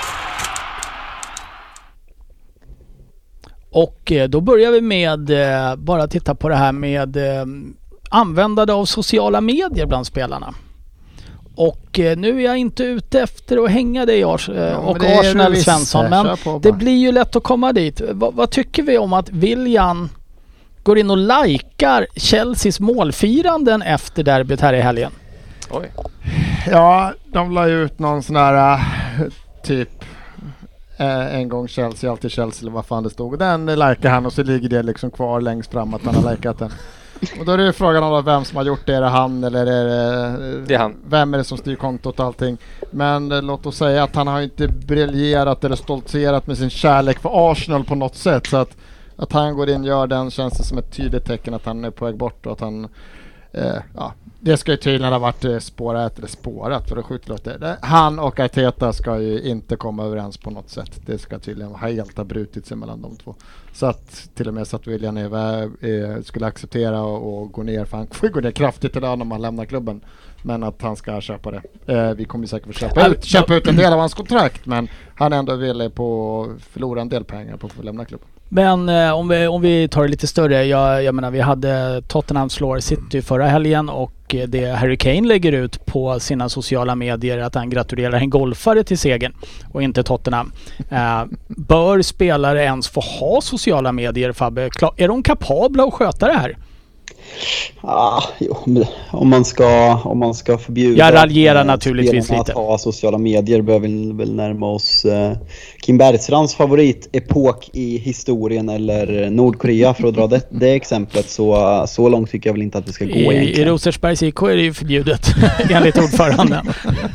Och eh, då börjar vi med eh, bara titta på det här med eh, användande av sociala medier bland spelarna. Och eh, nu är jag inte ute efter att hänga dig Ars, eh, ja, och Arsenal Svensson, men det blir ju lätt att komma dit. Va, vad tycker vi om att Willian går in och likar Chelseas målfiranden efter derbyt här i helgen? Oj. Ja, de la ut någon sån här typ eh, en gång Chelsea, alltid Chelsea eller vad fan det stod. Den likar han och så ligger det liksom kvar längst fram att han har likat den. Och då är det frågan om vem som har gjort det. Är det han eller är det, det är han. Vem är det som styr kontot och allting. Men eh, låt oss säga att han har inte briljerat eller stoltserat med sin kärlek för Arsenal på något sätt. Så att, att han går in och gör den känns det som ett tydligt tecken att han är på väg bort och att han eh, ja, det ska ju tydligen ha varit eh, spårat eller spårat för att skjuta det. det. Han och Arteta ska ju inte komma överens på något sätt. Det ska tydligen helt ha brutit sig mellan de två. Så att till och med så att Willian Eva eh, skulle acceptera och, och gå ner, för han får gå ner kraftigt idag när man lämnar klubben. Men att han ska köpa det. Eh, vi kommer säkert att köpa ut, köpa ut en del av hans kontrakt, men han är ändå villig på att förlora en del pengar på att få lämna klubben. Men eh, om, vi, om vi tar det lite större, jag, jag menar vi hade Tottenham slår City förra helgen och eh, det Harry Kane lägger ut på sina sociala medier att han gratulerar en golfare till segern och inte Tottenham. Eh, bör spelare ens få ha sociala medier, Fabbe? Klar, är de kapabla att sköta det här? Ah, jo, om man ska om man ska förbjuda jag raljerar naturligtvis lite. Att ha sociala medier bör vi väl närma oss eh, Kim Bergstrands favoritepok i historien eller Nordkorea för att dra det, det exemplet, så så långt tycker jag väl inte att det ska gå I, egentligen. I Rosersbergs I K är det ju förbjudet enligt ordföranden.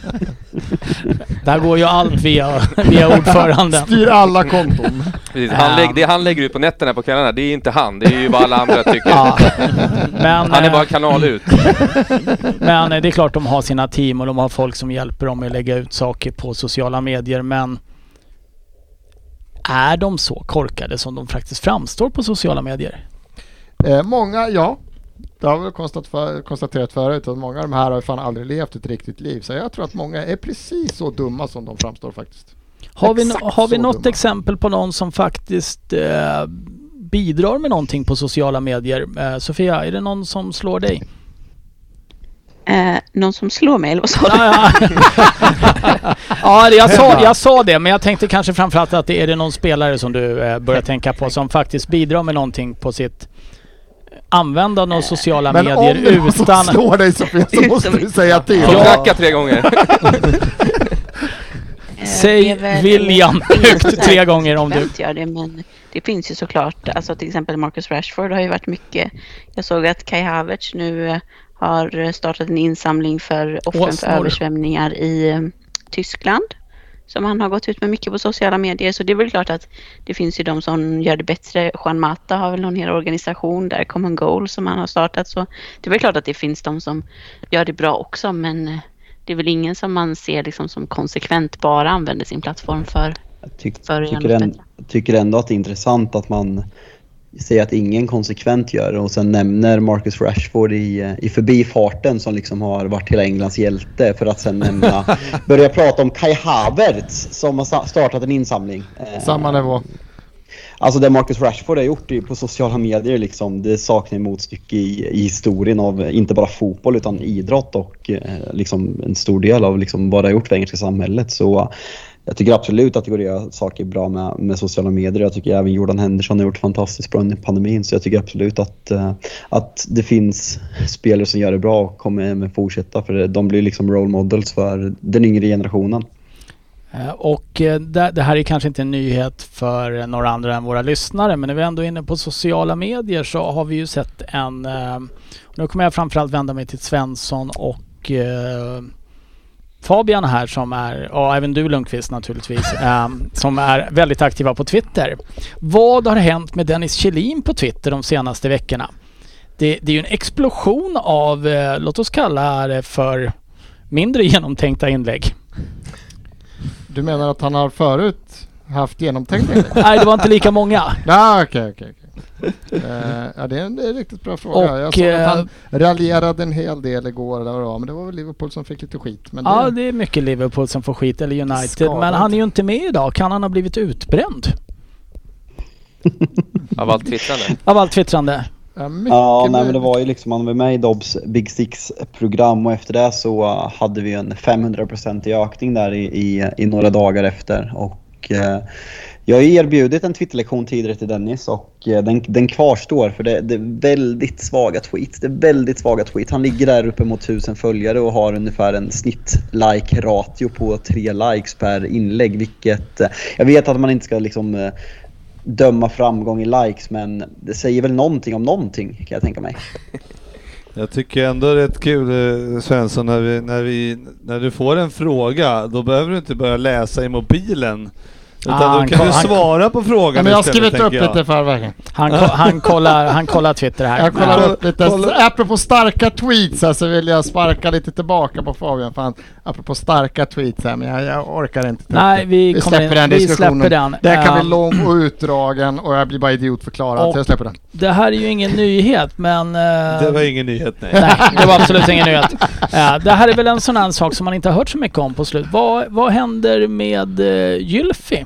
Där går ju allt via, via ordföranden. Styr alla konton. Precis, han lägger, det han lägger ut på nätterna på kvällarna, det är inte han. Det är ju vad alla andra tycker. Ja. Men, han är bara kanal ut. Men det är klart de har sina team och de har folk som hjälper dem att lägga ut saker på sociala medier. Men är de så korkade som de faktiskt framstår på sociala medier? Eh, många, ja. Det har väl konstaterat, för, konstaterat förut att många av de här har fan aldrig levt ett riktigt liv. Så jag tror att många är precis så dumma som de framstår faktiskt. Har vi, har vi något dumma. exempel på någon som faktiskt eh, bidrar med någonting på sociala medier? Eh, Sofia, är det någon som slår dig? Eh, någon som slår mig, eller vad sa du? Ja, ja. ja jag, sa, jag sa det, men jag tänkte kanske framförallt att det är det någon spelare som du eh, börjar tänka på som faktiskt bidrar med någonting på sitt användande av sociala men medier utan... Men om utan... slår dig Sofia så måste du säga till. Jag knacka tre gånger. Säg William högt tre gånger om du... Gör det, men det finns ju såklart, alltså till exempel Marcus Rashford har ju varit mycket. Jag såg att Kai Havertz nu har startat en insamling för offren för översvämningar i Tyskland. Som han har gått ut med mycket på sociala medier. Så det är väl klart att det finns ju de som gör det bättre. Juan Mata har väl någon hel organisation där, Common Goal, som han har startat. Så det är väl klart att det finns de som gör det bra också. Men det är väl ingen som man ser liksom som konsekvent bara använder sin plattform för. Jag tyck, för tycker, en, tycker ändå att det är intressant att man säger att ingen konsekvent gör det och sen nämner Marcus Rashford i, i förbifarten som liksom har varit hela Englands hjälte, för att sen nämna börja prata om Kai Havertz som har startat en insamling. Samma nivå. Alltså det Marcus Rashford har gjort på sociala medier liksom, det saknar motstycke i, i historien av inte bara fotboll utan idrott och eh, liksom en stor del av liksom vad det har gjort för engelska samhället. Så jag tycker absolut att det går att göra saker bra med, med sociala medier. Jag tycker även Jordan Henderson har gjort fantastiskt bra under pandemin. Så jag tycker absolut att, uh, att det finns spelare som gör det bra och kommer med fortsätta. För de blir liksom role models för den yngre generationen. Och det, det här är kanske inte en nyhet för några andra än våra lyssnare. Men när vi ändå är inne på sociala medier så har vi ju sett en... Uh, nu kommer jag framförallt vända mig till Svensson och... Uh, Fabian här som är, och även du Lundqvist naturligtvis, um, som är väldigt aktiva på Twitter. Vad har hänt med Dennis Kjellin på Twitter de senaste veckorna? Det, det är ju en explosion av, eh, låt oss kalla det för mindre genomtänkta inlägg. Du menar att han har förut haft genomtänkta inlägg? Nej, det var inte lika många. Ja, okej, okej. Uh, ja, det är en, det är en riktigt bra fråga. Och, jag såg att han raljerade en hel del igår, där var, men det var väl Liverpool som fick lite skit. Men ja, det, det är mycket Liverpool som får skit, eller United. Skadat. Men han är ju inte med idag. Kan han ha blivit utbränd? Av allt twittrande? Av allt twittrande. Ja, ja nej, men det var ju liksom, man var med i Dobbs Big Six-program och efter det så hade vi en femhundra procent i ökning där i, i, i några dagar efter. Och eh, jag har erbjudit en Twitter-lektion tidigare till Dennis och eh, den, den kvarstår för det, det är väldigt svaga tweets. Det är väldigt svaga tweets. Han ligger där uppe mot tusen följare och har ungefär en snitt-like-ratio på tre likes per inlägg. Vilket, eh, jag vet att man inte ska liksom... Eh, döma framgång i likes, men det säger väl någonting om någonting, kan jag tänka mig. Jag tycker ändå det är rätt kul, Svensson, när, vi, när, vi, när du får en fråga, då behöver du inte börja läsa i mobilen. Utan ah, då kan du svara han, på frågan. Ja, men jag har skrivit upp jag. lite för vägen. Han, han, kollar, han kollar Twitter här. Jag kollar ja. upp lite. Kolla. Apropå starka tweets här, så vill jag sparka lite tillbaka på Fabian. Fan, apropå starka tweets här, men jag, jag orkar inte. Nej, vi, vi släpper in, den vi diskussionen. Släpper den. Det kan bli lång och utdragen och jag blir bara idiotförklarad, så jag släpper den. Det här är ju ingen nyhet, men... Uh, det var ingen nyhet, nej. Nej, det var absolut ingen nyhet. Uh, det här är väl en sån här sak som man inte har hört så mycket om på slut. Vad, vad händer med uh, Gylfi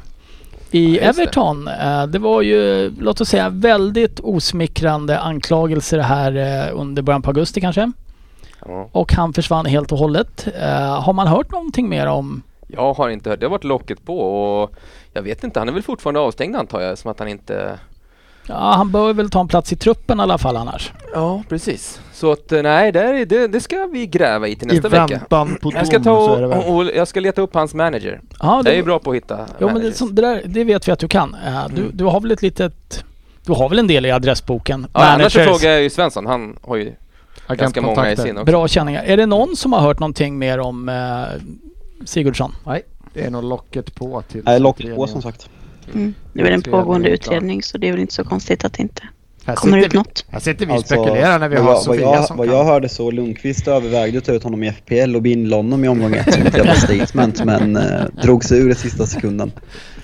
i ja, Everton? Det. det var ju, låt oss säga, väldigt osmickrande anklagelser här under början på augusti kanske. Ja. Och han försvann helt och hållet. Har man hört någonting mer om? Jag har inte hört. Det har varit locket på och jag vet inte. Han är väl fortfarande avstängd, antar jag, som att han inte... Ja, han bör väl ta en plats i truppen i alla fall annars. Ja, precis. Så att nej, det, det, det ska vi gräva i till nästa I vecka. På jag ska ta och, och, och jag ska leta upp hans manager. Ja, det, jag är bra på att hitta jo, men det, det, där, det vet vi att du kan. Uh, du, mm. du har väl ett litet... Du har väl en del i adressboken. Ja, annars så frågar jag ju Svensson. Han har ju jag ganska många i sin också. Bra känningar. Är det någon som har hört någonting mer om uh, Sigurdsson? Nej, det är nog locket på till. Nej, locket på som sagt. Mm. Det är väl en pågående utredning, så det är väl inte så konstigt att det inte här kommer ut något. Här sitter vi och alltså, spekulerar när vi har jag, Sofia vad jag, som vad kan. jag hörde så Lundqvist övervägde att ta ut honom i F P L och binda honom i omgång ett som ett jävla statement, men eh, drog sig ur i sista sekunden.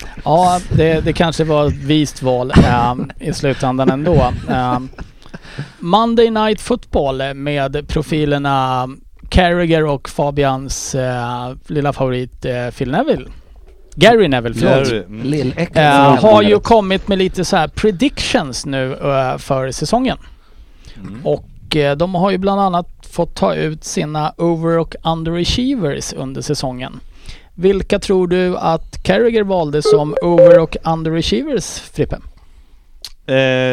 Ja, det, det kanske var ett vist val um, i slutändan ändå. Um, Monday Night Football med profilerna Carragher och Fabians uh, lilla favorit uh, Phil Neville. Gary Neville, förlåt. Mm. Uh, har ju kommit med lite så här predictions nu uh, för säsongen. Mm. Och uh, de har ju bland annat fått ta ut sina over- och underachievers under säsongen. Vilka tror du att Carragher valde som over- och underachievers, Frippe? Eh,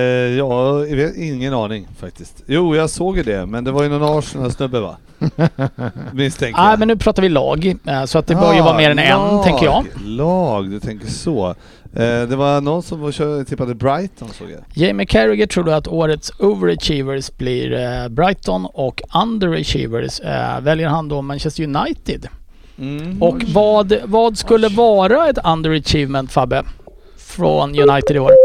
ja, jag vet, ingen aning faktiskt. Jo, jag såg ju det, men det var ju någon Arsenal-snubbe, va? Misstänker jag. Nej, men nu pratar vi lag, så att det ah, bör ju vara mer än lag, en, tänker jag. Lag, du tänker så. Eh, det var någon som var kör, tippade Brighton, såg jag. Jamie Carragher tror du att årets overachievers blir eh, Brighton, och underachievers eh, väljer han då Manchester United. Mm. Och vad, vad skulle vara ett underachievement, Fabbe, från United i år?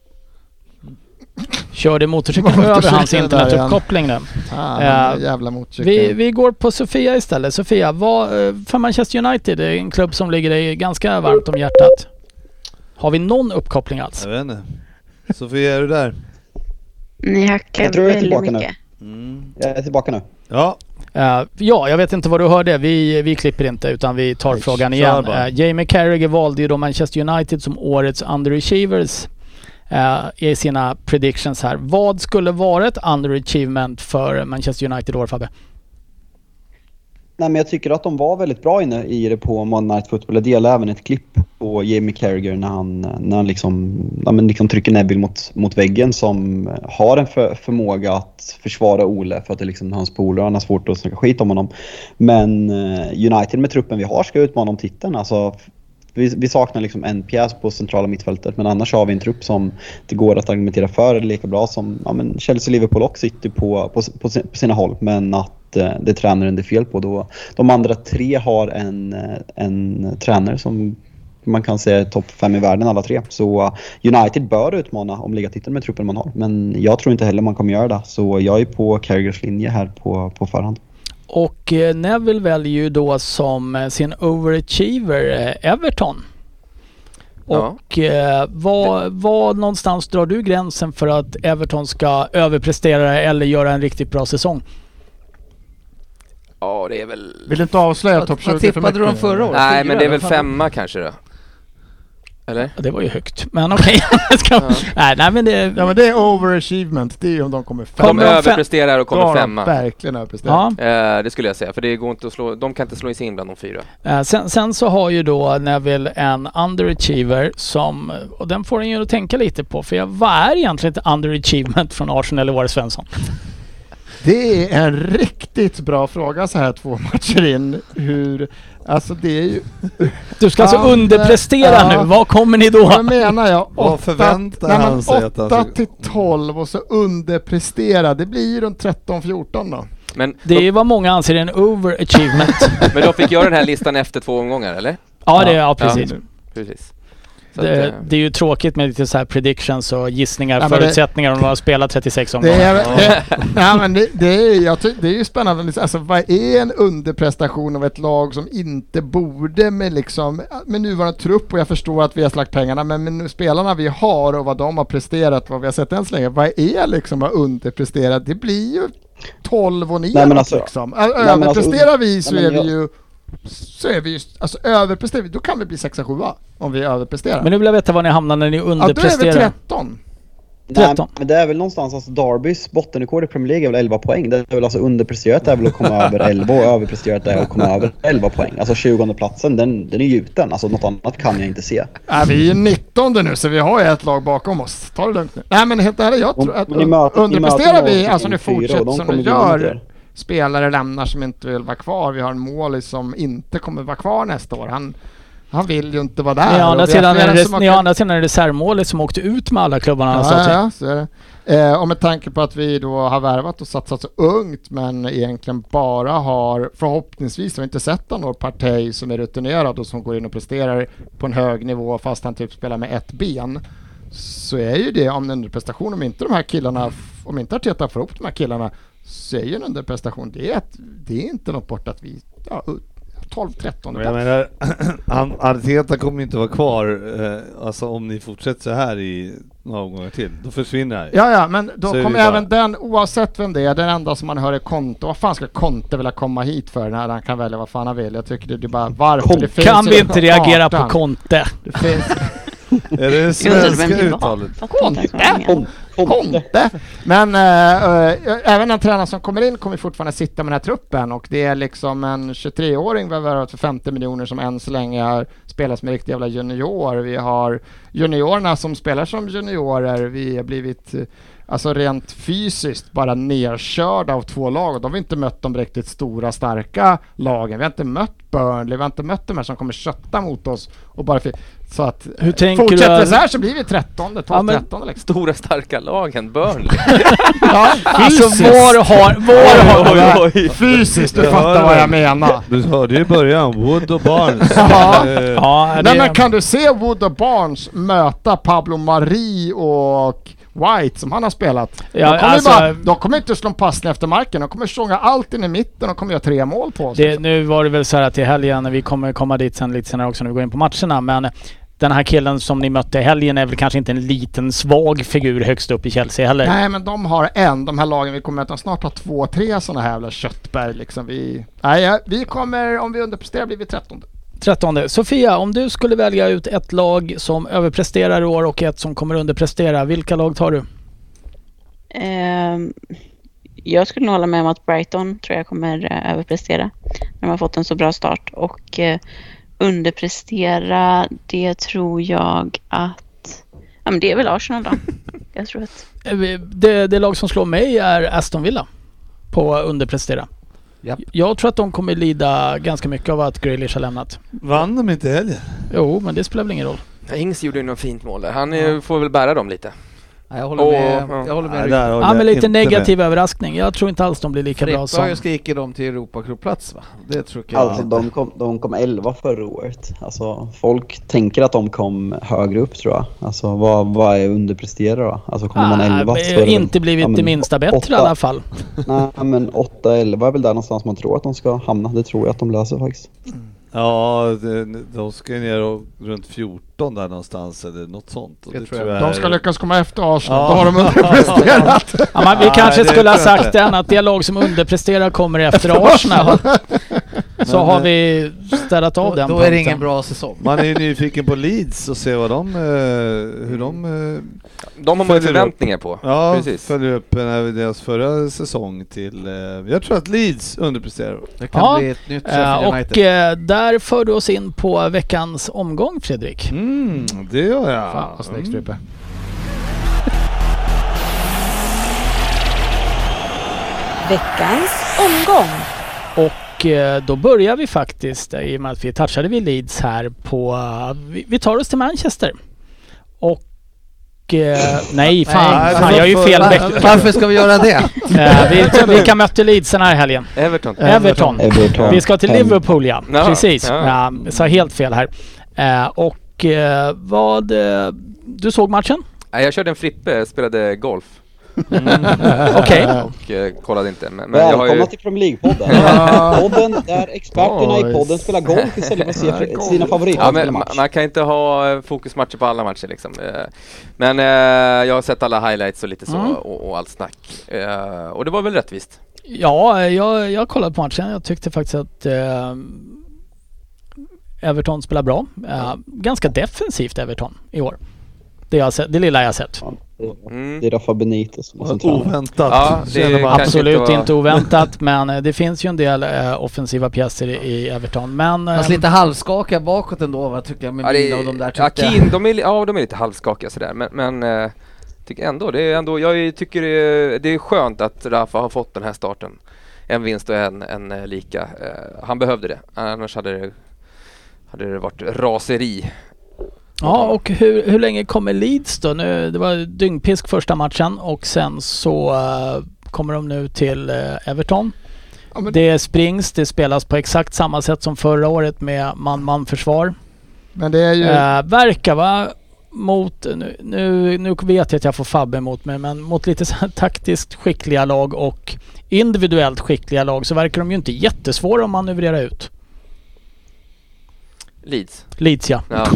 Körde motorcykeln över hans internetuppkoppling nu. Ah, uh, jävla vi, vi går på Sofia istället. Sofia, vad, för Manchester United är en klubb som ligger dig ganska varmt om hjärtat. Har vi någon uppkoppling alls? Jag vet inte. Sofia, är du där? Ni hackar jag tror jag är tillbaka mycket. Nu. Mm. Jag är tillbaka nu. Ja. Uh, ja, jag vet inte vad du hörde. Vi, vi klipper inte, utan vi tar Nej, frågan igen. Uh, Jamie Carragher valde ju då Manchester United som årets underachievers. uh, i sina predictions här. Vad skulle vara ett underachievement för Manchester United år, Fabbe? Nej, men jag tycker att de var väldigt bra inne i det på Monday Night Football. Jag delar även ett klipp på Jamie Carragher när han, när han liksom, ja, men liksom trycker Neville mot, mot väggen, som har en för, förmåga att försvara Ole för att det är liksom hans polare, han har svårt att snacka skit om honom. Men uh, United med truppen vi har ska utmana om titeln. Alltså, vi, vi saknar liksom en pjäs på centrala mittfältet, men annars har vi en trupp som det går att argumentera för, eller lika bra som ja, men Chelsea, Liverpool och City på, på, på, på sina håll. Men att det är tränaren det är fel på. Då, de andra tre har en, en tränare som man kan säga är topp fem i världen alla tre. Så United bör utmana om ligatiteln med truppen man har. Men jag tror inte heller man kommer göra det. Så jag är på Carragers linje här på, på förhand. Och Neville väljer ju då som sin overachiever Everton. Ja. Och eh, vad, vad någonstans drar du gränsen för att Everton ska överprestera eller göra en riktigt bra säsong? Ja, det är väl... Vill du inte avslöja topp tjugo? Vad tippade du dem förra året? Nej, men det är väl femma kanske då? Eller? Det var ju högt, men okej. Okay. ja. nej, nej, men det... Ja, men det är overachievement. Det är ju om de kommer femma. De överpresterar och kommer då femma. De verkligen överpresterar. Ja. Eh, det skulle jag säga, för det går inte att slå, de kan inte slå in sig in bland de fyra. Eh, sen, sen så har ju då Neville en underachiever som, och den får en ju att tänka lite på, för jag, vad är egentligen ett underachievement från Arsenal eller var det Svensson? Det är en riktigt bra fråga så här två matcher in. Hur, alltså det är ju... Du ska alltså ja, underprestera ja. nu. Vad kommer ni då? Vad menar jag? Vad förväntar han sig att åtta till tolv och så underprestera. Det blir ju runt tretton fjorton då. Men det är ju vad många anser är en overachievement. Men de fick göra den här listan efter två omgångar, eller? Ja, det är ja, precis. Ja, precis. Det, det är ju tråkigt med lite så här predictions och gissningar, ja, förutsättningar det, om de har spelat trettiosex omgångar. Det är, det, ja, men det, det, är, jag ty, det är ju spännande. Alltså, vad är en underprestation av ett lag som inte borde med, liksom, med nuvarande trupp, och jag förstår att vi har slagt pengarna, men med nu, spelarna vi har och vad de har presterat, vad vi har sett än så länge, vad är liksom att underprestera? Det blir ju tolv och nio alltså, liksom. Överpresterar vi så är vi ju så är vi just, alltså överpresterar vi, då kan vi bli sex sju om vi överpresterar. Men nu vill jag veta var ni hamnar när ni underpresterar. Ja, då är vi tretton. tretton. Nej, men det är väl någonstans, alltså Darbys bottenrekord i Premier League är väl elva poäng. Det är väl alltså underpresterat är väl att komma över elva och överpresterat är att komma över elva poäng. Alltså tjugonde platsen, den, den är gjuten. Alltså något annat kan jag inte se. Ja, vi är nittonde nu, så vi har ju ett lag bakom oss. Ta det lugnt nu. Nej, men helt ärligt, jag tror att möter, underpresterar vi, alltså nu fortsätter som vi gör. Spelare lämnar som inte vill vara kvar. Vi har en mål som inte kommer vara kvar nästa år. Han, han vill ju inte vara där. Ni andra sidan är det, ni andra sidan är det reservmålet som åkte ut med alla klubbarna. Ja, ja, så är det. Eh, och med tanke på att vi då har värvat och satsat så ungt, men egentligen bara har, förhoppningsvis har vi inte sett någon Partey som är rutinerad och som går in och presterar på en hög nivå fast han typ spelar med ett ben. Så är ju det om en prestation, om inte de här killarna, om inte Arteta får upp de här killarna, så är ju en underprestation. Det är, att, det är inte något bort att vi ja, tolv tretton. Jag menar, Arteta kommer inte vara kvar eh, alltså om ni fortsätter så här i några gånger till. Då försvinner det. Ja, ja, men då så kommer även bara... den, oavsett vem det är, den enda som man hör är Conte. Vad fan ska Conte vilja komma hit för när han kan välja vad fan han vill? Jag tycker det, det är bara varför. Kom, det finns kan vi inte reagera artan. på Conte? Det finns... Är det svenska uttalet? Conte! Conte! Men äh, äh, även en tränare som kommer in kommer fortfarande sitta med den här truppen, och det är liksom en tjugotre-åring vi har värvat för femtio miljoner som än så länge har spelat med riktigt jävla junior. Vi har juniorerna som spelar som juniorer. Vi har blivit alltså rent fysiskt bara nerkörda av två lag, och de har inte mött de riktigt stora starka lagen. Vi har inte mött Burnley, vi har inte mött de här som kommer kötta mot oss och bara för, så att hur tänker fortsätter du så här så blir vi trettonde, tolv trettonde liksom. Stora starka lagen Burnley. Ja, alltså var har var har oj, oj, oj. Fysiskt, du jag fattar vad jag menar. Du hörde ju i början Wood och Barnes. Ja. Ja, nej, men kan du se Wood och Barnes möta Pablo Mari och White som han har spelat? Ja, de, kommer alltså, bara, de kommer inte slå en passning efter marken. De kommer sjunga allt in i mitten och kommer göra tre mål på oss. Det, nu var det väl så här att i helgen, när vi kommer komma dit sen lite senare också när vi går in på matcherna, men den här killen som ni mötte i helgen är väl kanske inte en liten svag figur högst upp i Chelsea heller. Nej, men de har en, de här lagen vi kommer att snart ha två, tre sådana här jävla köttberg liksom. Vi, nej, vi kommer, om vi underpresterar blir vi trettonde. trettonde. Sofia, om du skulle välja ut ett lag som överpresterar i år och ett som kommer underprestera, vilka lag tar du? Um, jag skulle nog hålla med om att Brighton tror jag kommer uh, överprestera. De har fått en så bra start. Och uh, underprestera, det tror jag att... Ja, men det är väl Arsenal då. Jag tror att... Det, det lag som slår mig är Aston Villa på underprestera. Yep. Jag tror att de kommer lida ganska mycket av att Grealish har lämnat. Vann de inte heller? Jo, men det spelar väl ingen roll. Ings gjorde ju något fint mål där. Han är, får väl bära dem lite. Ja, jag håller med. Oh, jag håller med. Ja, ja, men lite negativ med. överraskning. Jag tror inte alls de blir lika Frippa bra som... Frippa skriker dem till Europacup-plats, va? Det tror jag. Alltså de kom, de kom elva förra året. Alltså folk tänker att de kom högre upp, tror jag. Alltså vad, vad är underprestera då? Alltså kommer ah, man elva så är det inte blivit ja, det minsta bättre åtta, i alla fall. Nej, men åtta elva är väl där någonstans man tror att de ska hamna. Det tror jag att de löser faktiskt. Mm. Ja, det, de ska ner och runt fjorton där någonstans eller något sånt. Och det tror jag de ska är... lyckas komma efter Arsenal. Ja. Då har de underpresterat. Ja, men vi ja, kanske skulle ha sagt den att det lag som underpresterar kommer efter Arsenal. Så men, har vi ställat av då, den Då punkten. Är det ingen bra säsong. Man är ju nyfiken på Leeds och se vad de, hur de... De har man förväntningar på. Ja, precis. Följer upp deras förra säsong till... Jag tror att Leeds underpresterar. Det kan ja. bli ett nytt Sheffield United. Och äh, där för du oss in på veckans omgång, Fredrik. Mm, det gör jag. Fan, vad snyggt, mm. Veckans omgång. Och eh, då börjar vi faktiskt, i och med att vi touchade vid Leeds här på... Vi, vi tar oss till Manchester. Och... Eh, nej, fan, nej, fan jag är ju fel. Varför ska vi göra det? eh, vi, vi kan möta Leeds den här helgen. Everton. Everton. Everton. Vi ska till Liverpool, ja. No. Precis. Ja. Ja, jag sa helt fel här. Eh, och eh, vad... Eh, du såg matchen? Jag körde en frippe, spelade golf. Mm. Okej. Okay. Och eh, kollade inte. Men, men Välkomna jag har ju... till Premier League-podden. podden där experterna oh, i podden spelar golf istället för att se sina favoriter. Ja, men man, man kan inte ha fokusmatcher på alla matcher liksom. Men eh, jag har sett alla highlights och lite så mm. och, och allt snack. Eh, och det var väl rättvist? Ja, jag, jag kollade på matchen. Jag tyckte faktiskt att eh, Everton spelar bra. Eh, ganska defensivt Everton i år. Det, jag sett, det lilla jag har sett. Mm. Det är Rafa Benitez. Oväntat. Ja, det är absolut inte, inte oväntat, men det finns ju en del äh, offensiva pjäser i, i Everton. Men äh, lite halvskakiga bakåt ändå, vad tycker jag med ja, det, och de där ja, Keane, de är, ja, de är lite halvskakiga sådär, men, men äh, tycker ändå, det är ändå, jag tycker det är, det är skönt att Rafa har fått den här starten. En vinst och en, en äh, lika. Äh, han behövde det, annars hade det, hade det varit raseri. Ja, och hur, hur länge kommer Leeds då? Nu, det var dyngpisk första matchen och sen så uh, kommer de nu till uh, Everton. Ja, det springs, det spelas på exakt samma sätt som förra året med man-man-försvar. Men det är ju... Uh, verkar va mot, nu, nu, nu vet jag att jag får Fabbe emot mig, men mot lite så här taktiskt skickliga lag och individuellt skickliga lag så verkar de ju inte jättesvåra att manövrera ut. Leeds. Leeds, ja. Ja.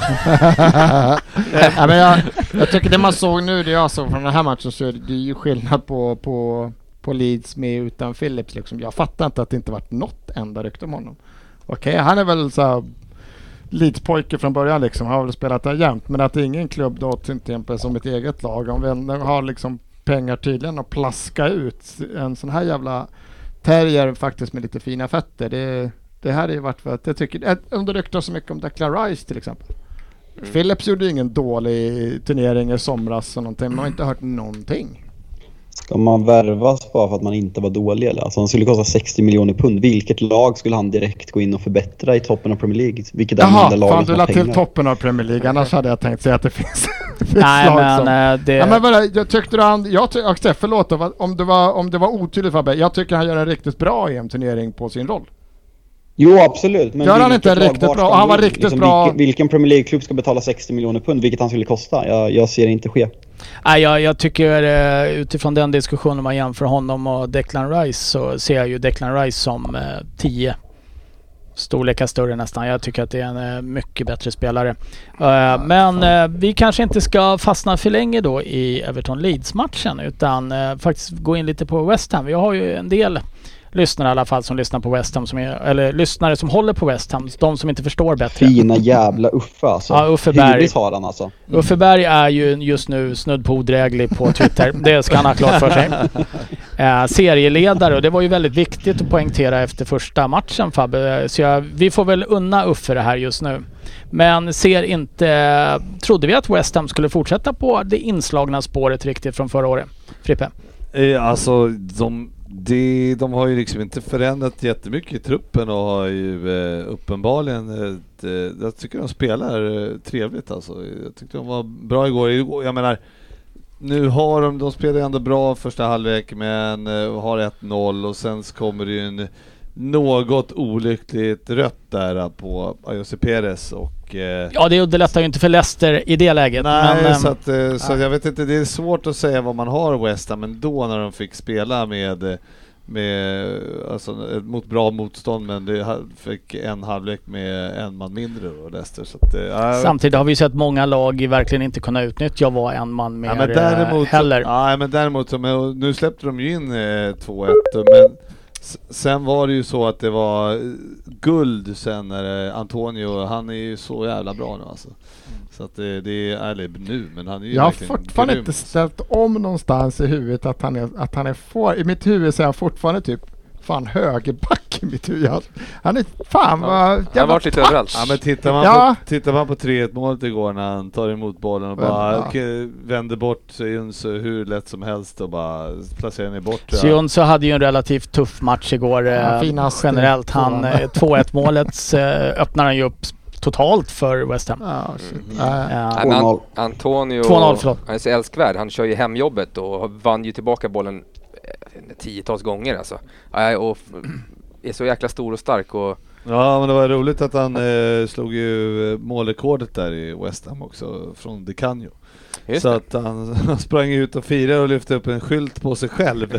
ja, men jag, jag tycker det man såg nu, det jag såg från den här matchen, så är det ju skillnad på, på, på Leeds med utan Phillips. Liksom. Jag fattar inte att det inte varit något enda rykte om honom. Okej, okay, han är väl så här Leeds-pojke från början, liksom, har väl spelat där jämt. Men att ingen klubb då till exempel som ett eget lag, om vi har liksom pengar tydligen att plaska ut en sån här jävla terrier faktiskt med lite fina fötter, det Det här är ju varit för att jag tycker, om det ryktar så mycket om Declan Rice till exempel. Mm. Phillips gjorde ingen dålig turnering i somras och någonting, man har inte hört någonting. Ska man värvas bara för att man inte var dålig eller? Alltså han skulle kosta sextio miljoner pund. Vilket lag skulle han direkt gå in och förbättra i toppen av Premier League? Vilket är Jaha, fan du la till toppen av Premier League, annars hade jag tänkt säga att det finns, finns Nej, lag men, som... det... Ja, men bara, jag tyckte han, jag ty- också, förlåt om det var, om det var otydligt Fabbe, jag tycker han gör en riktigt bra E M-turnering på sin roll. Jo, absolut. Men gör han inte riktigt bra? Han var riktigt liksom, bra. Vilken, vilken Premier League-klubb ska betala sextio miljoner pund, vilket han skulle kosta? Jag, jag ser det inte ske. Nej, jag, jag tycker utifrån den diskussionen man jämför honom och Declan Rice, så ser jag ju Declan Rice som eh, tio storlekar större nästan. Jag tycker att det är en eh, mycket bättre spelare. Uh, men eh, vi kanske inte ska fastna för länge då i Everton Leeds-matchen, utan eh, faktiskt gå in lite på West Ham. Vi har ju en del lyssnare i alla fall som lyssnar på West Ham, som är, eller lyssnare som håller på West Ham, de som inte förstår bättre. Fina jävla Uffe alltså. Ja, Uffe Berg. Har han alltså. Mm. Uffe Berg är ju just nu snudd på odräglig på Twitter. Det ska han ha klart för sig. Eh, serieledare, och det var ju väldigt viktigt att poängtera efter första matchen, Fabbe. Så jag, vi får väl unna Uffe det här just nu. Men ser inte, trodde vi att West Ham skulle fortsätta på det inslagna spåret riktigt från förra året? Frippe? Eh, alltså, de, de, de har ju liksom inte förändrat jättemycket i truppen och har ju eh, uppenbarligen, ett, eh, jag tycker de spelar eh, trevligt alltså. Jag tyckte de var bra igår. Jag menar, nu har de, de spelar ändå bra första halvlek, men eh, har ett noll och sen kommer det ju en något olyckligt rött där på Ayoze Perez och eh, ja, det underlättar ju inte för Leicester i det läget. Nej, men, så, att, eh, så jag vet inte, det är svårt att säga vad man har West Ham, men då när de fick spela med, med alltså, mot bra motstånd, men det fick en halvlek med en man mindre och Leicester. Så att, eh, samtidigt har vi sett många lag verkligen inte kunna utnyttja vad en man mer, ja, men däremot, heller. Ja, men däremot, men, nu släppte de ju in eh, två ett, men sen var det ju så att det var guld sen när Antonio, han är ju så jävla bra nu alltså. Så att det, det är ärligt nu, men han är ju jag har fortfarande grym. Inte ställt om någonstans i huvudet att han är, att han är för, i mitt huvud så är han fortfarande typ fan högerback i mitt huvud. Han är fan ja. vad... Han har varit lite överallt. Ja, men tittar man, ja. på, tittar man på tre ett målet igår när han tar emot bollen och bara ja. vänder bort Sionsu hur lätt som helst och bara placerar ner bort. Ja. Sionsu hade ju en relativt tuff match igår ja, eh, generellt. Han eh, två ett målet eh, öppnar han ju upp totalt för West Ham. Ja, mm. ja. ja, An- Antonio två noll, förlåt. Han är så älskvärd. Han kör ju hemjobbet och vann ju tillbaka bollen tiotals gånger alltså. Och är så jäkla stor och stark och ja, men det var roligt att han eh, slog ju målrekordet där i West Ham också från Di Canio. Så att han, han sprang ut och firade och lyfte upp en skylt på sig själv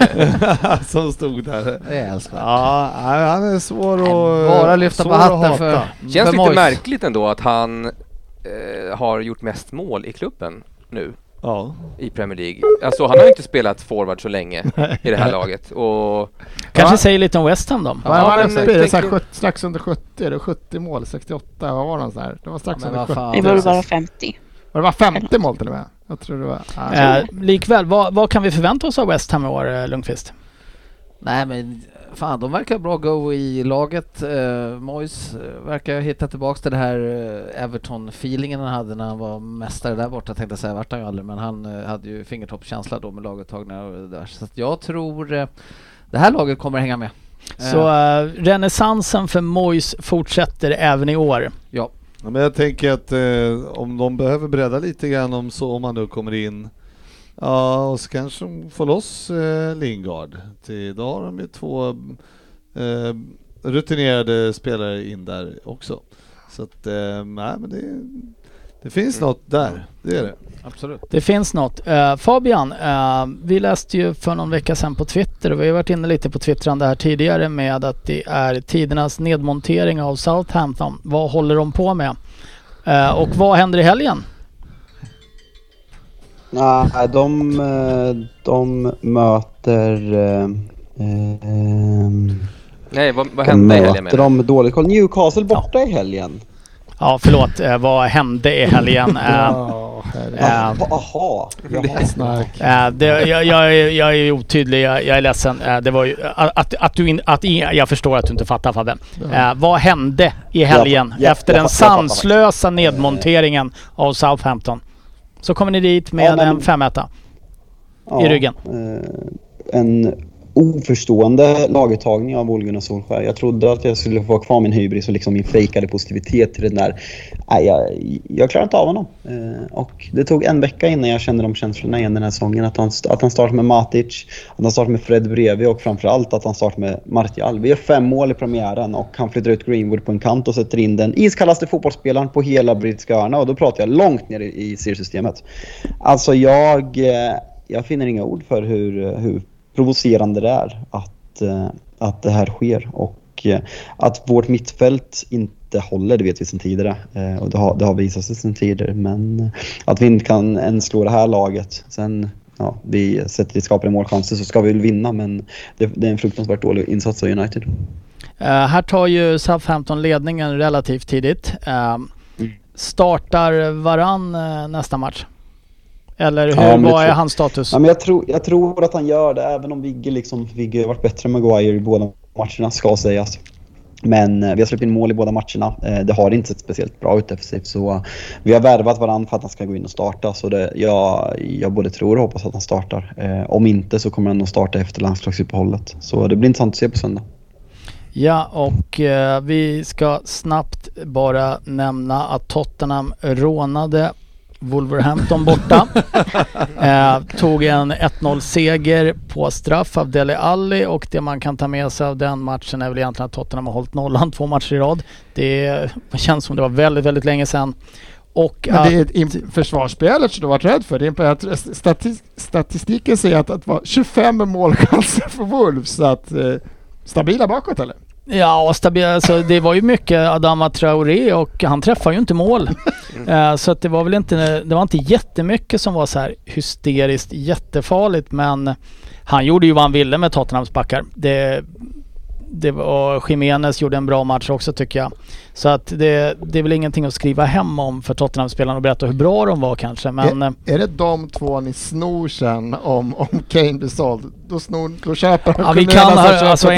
som stod där. Det är älskvärt. Ja, han är svår att bara lyfta på hatten för. Känns för lite Mois. Märkligt ändå att han eh, har gjort mest mål i klubben nu. Ja. I Premier League. Alltså han har ju inte spelat forward så länge i det här laget. Och kanske ja. Säger lite om West Ham då. Ja, ja, men det är så här, strax under sjuttio, eller sjuttio mål, sextioåtta, vad var det så här? Det var strax ja, under sjuttio. Det var bara femtio. Var det var femtio mål till och med? Jag tror det var. Ah, eh, likväl, vad, vad kan vi förvänta oss av West Ham i år, Lundqvist? Nej men fan, de verkar bra go i laget. Uh, Mois uh, verkar hitta tillbaka till det här uh, Everton-feelingen han hade när han var mästare där borta. Jag tänkte säga, vart han ju aldrig, men han uh, hade ju fingertoppskänsla då med laguttagningar och det där. Så att jag tror uh, det här laget kommer hänga med. Så uh, renässansen för Mois fortsätter även i år? Ja. Ja, men jag tänker att eh, om de behöver bredda lite grann om så om man nu kommer in, ja, och så kanske de får loss eh, Lingard. Till, då har de ju två eh, rutinerade spelare in där också. Så att eh, nej, men det, det finns något där, det är det. Absolut. Det finns något. Uh, Fabian, uh, vi läste ju för någon vecka sedan på Twitter, och vi har varit inne lite på twittrande här tidigare med att det är tidernas nedmontering av Southampton. Vad håller de på med? Uh, och vad händer i helgen? Nej, de, de möter... Uh, uh, Nej, vad, vad hände i helgen? Möter de dåligt koll. Newcastle borta ja. I helgen. Ja, förlåt. Eh, vad hände i helgen? Jaha. Jag, jag, jag är otydlig. Jag, jag är ledsen. Eh, det var ju, att, att du in, att, jag förstår att du inte fattar, Fabbe. Eh, vad hände i helgen ja, ja, efter ja, den sanslösa nedmonteringen av Southampton? Så kommer ni dit med ja, men, en femetta ja, i ryggen. Eh, en oförstående laguttagning av Ole Gunnar Solskjær. Jag trodde att jag skulle få kvar min hybris och liksom min fejkade positivitet till den där. Nej, jag, jag klarar inte av honom. Eh, och det tog en vecka innan jag kände de känslorna igen den här säsongen. Att han, att han startar med Matic, att han startar med Fred bredvid och framförallt att han startar med Martial. Vi gör fem mål i premiären och han flyttar ut Greenwood på en kant och sätter in den iskallaste fotbollsspelaren på hela brittiska öarna. Och då pratar jag långt ner i, i C I R-systemet. Alltså jag, jag finner inga ord för hur, hur provocerande det är att, att det här sker, och att vårt mittfält inte håller, det vet vi sedan tidigare, och det har, det har visat sig sedan tidigare, men att vi inte kan ens slå det här laget. Sen ja, vi sätter vi skapar målchanser så ska vi väl vinna, men det, det är en fruktansvärt dålig insats av United. Uh, här tar ju Southampton ledningen relativt tidigt. Uh, mm. Startar Varann uh, nästa match? Eller hur, ja, vad är hans status? Ja, men jag, tror, jag tror att han gör det, även om Vigge liksom, Vigge har varit bättre än Maguire i båda matcherna, ska sägas. Men uh, vi har släppt in mål i båda matcherna. Uh, det har inte sett speciellt bra ut defensivt, så uh, vi har värvat Varann för att han ska gå in och starta. Så det, jag, jag både tror och hoppas att han startar. Uh, om inte så kommer han att starta efter landslagsuppehållet. Så det blir intressant att se på söndag. Ja, och eh, vi ska snabbt bara nämna att Tottenham rånade Wolverhampton borta. eh, tog en ett noll-seger på straff av Dele Alli, och det man kan ta med sig av den matchen är väl egentligen att Tottenham har hållit nollan två matcher i rad. Det känns som det var väldigt, väldigt länge sedan. Och men det är ett försvarsspelet som du har varit rädd för. Det är att statis- statistiken säger att, att det var tjugofem målchanser för Wolves, så att eh, stabila bakåt, eller? Ja, stabil, alltså, det var ju mycket Adama Traoré och han träffar ju inte mål. uh, så att det var väl inte, det var inte jättemycket som var så här hysteriskt jättefarligt, men han gjorde ju vad han ville med Tottenhams backar. Det, det var, Jimenez gjorde en bra match också, tycker jag. Så att det, det är väl ingenting att skriva hem om för Tottenham-spelarna och berätta hur bra de var kanske. Men är, är det de två ni snor sen om, om Kane blir såld? Då, snor, då köper ja, vi kan ha alltså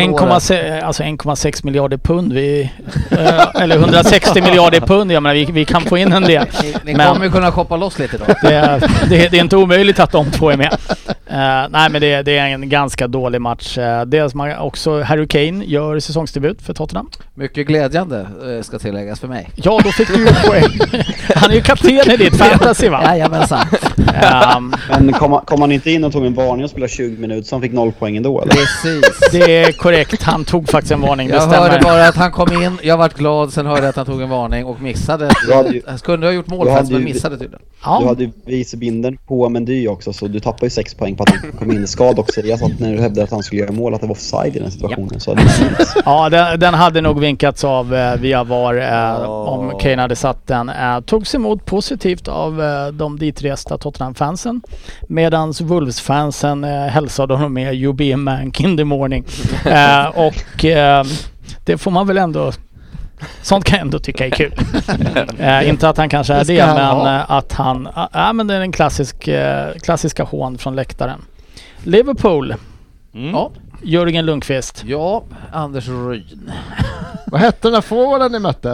en komma sex miljarder pund. Vi, äh, eller hundrasextio miljarder pund. Jag menar, vi, vi kan få in en del. Ni, ni men kommer ju kunna shoppa loss lite då. Det, det, det är inte omöjligt att de två är med. Uh, nej, men det, det är en ganska dålig match. Uh, det som också Harry Kane gör säsongsdebut för Tottenham. Mycket glädjande ska tilläggas för mig. Ja, då fick du ju poäng. Han är ju kapten i ditt fantasy, va? Jajamensan. um, Men kom, kom han inte in och tog en varning och spelade tjugo minuter så han fick noll poäng ändå, eller? Precis. Det är korrekt. Han tog faktiskt en varning. Jag hörde bara att han kom in, jag vart glad, sen hörde jag att han tog en varning och missade. Han skulle ha gjort mål fast men missade tydligen. Ja. Du hade ju vicebinden på Mendy också, så du tappar ju sex poäng på att han kom in. Skad också. Jag satt när du hävdade att han skulle göra mål att det var offside i den situationen. Ja, så det ja den, den hade nog vinkats av eh, via V A R eh, oh. om Kane hade satt den. Eh, togs emot positivt av eh, de ditresta Tottenham-fansen, medans Wolves-fansen eh, hälsade honom med "You be a mank in the morning". eh, och eh, det får man väl ändå, sånt kan jag ändå tycka är kul. eh, inte att han kanske är det, det men eh, att han, ja äh, men det är en klassisk, eh, klassiska hån från läktaren. Liverpool. Mm. Ja. Jörgen Lundqvist. Ja, Anders Ryn. Vad hette den där forwarden ni mötte?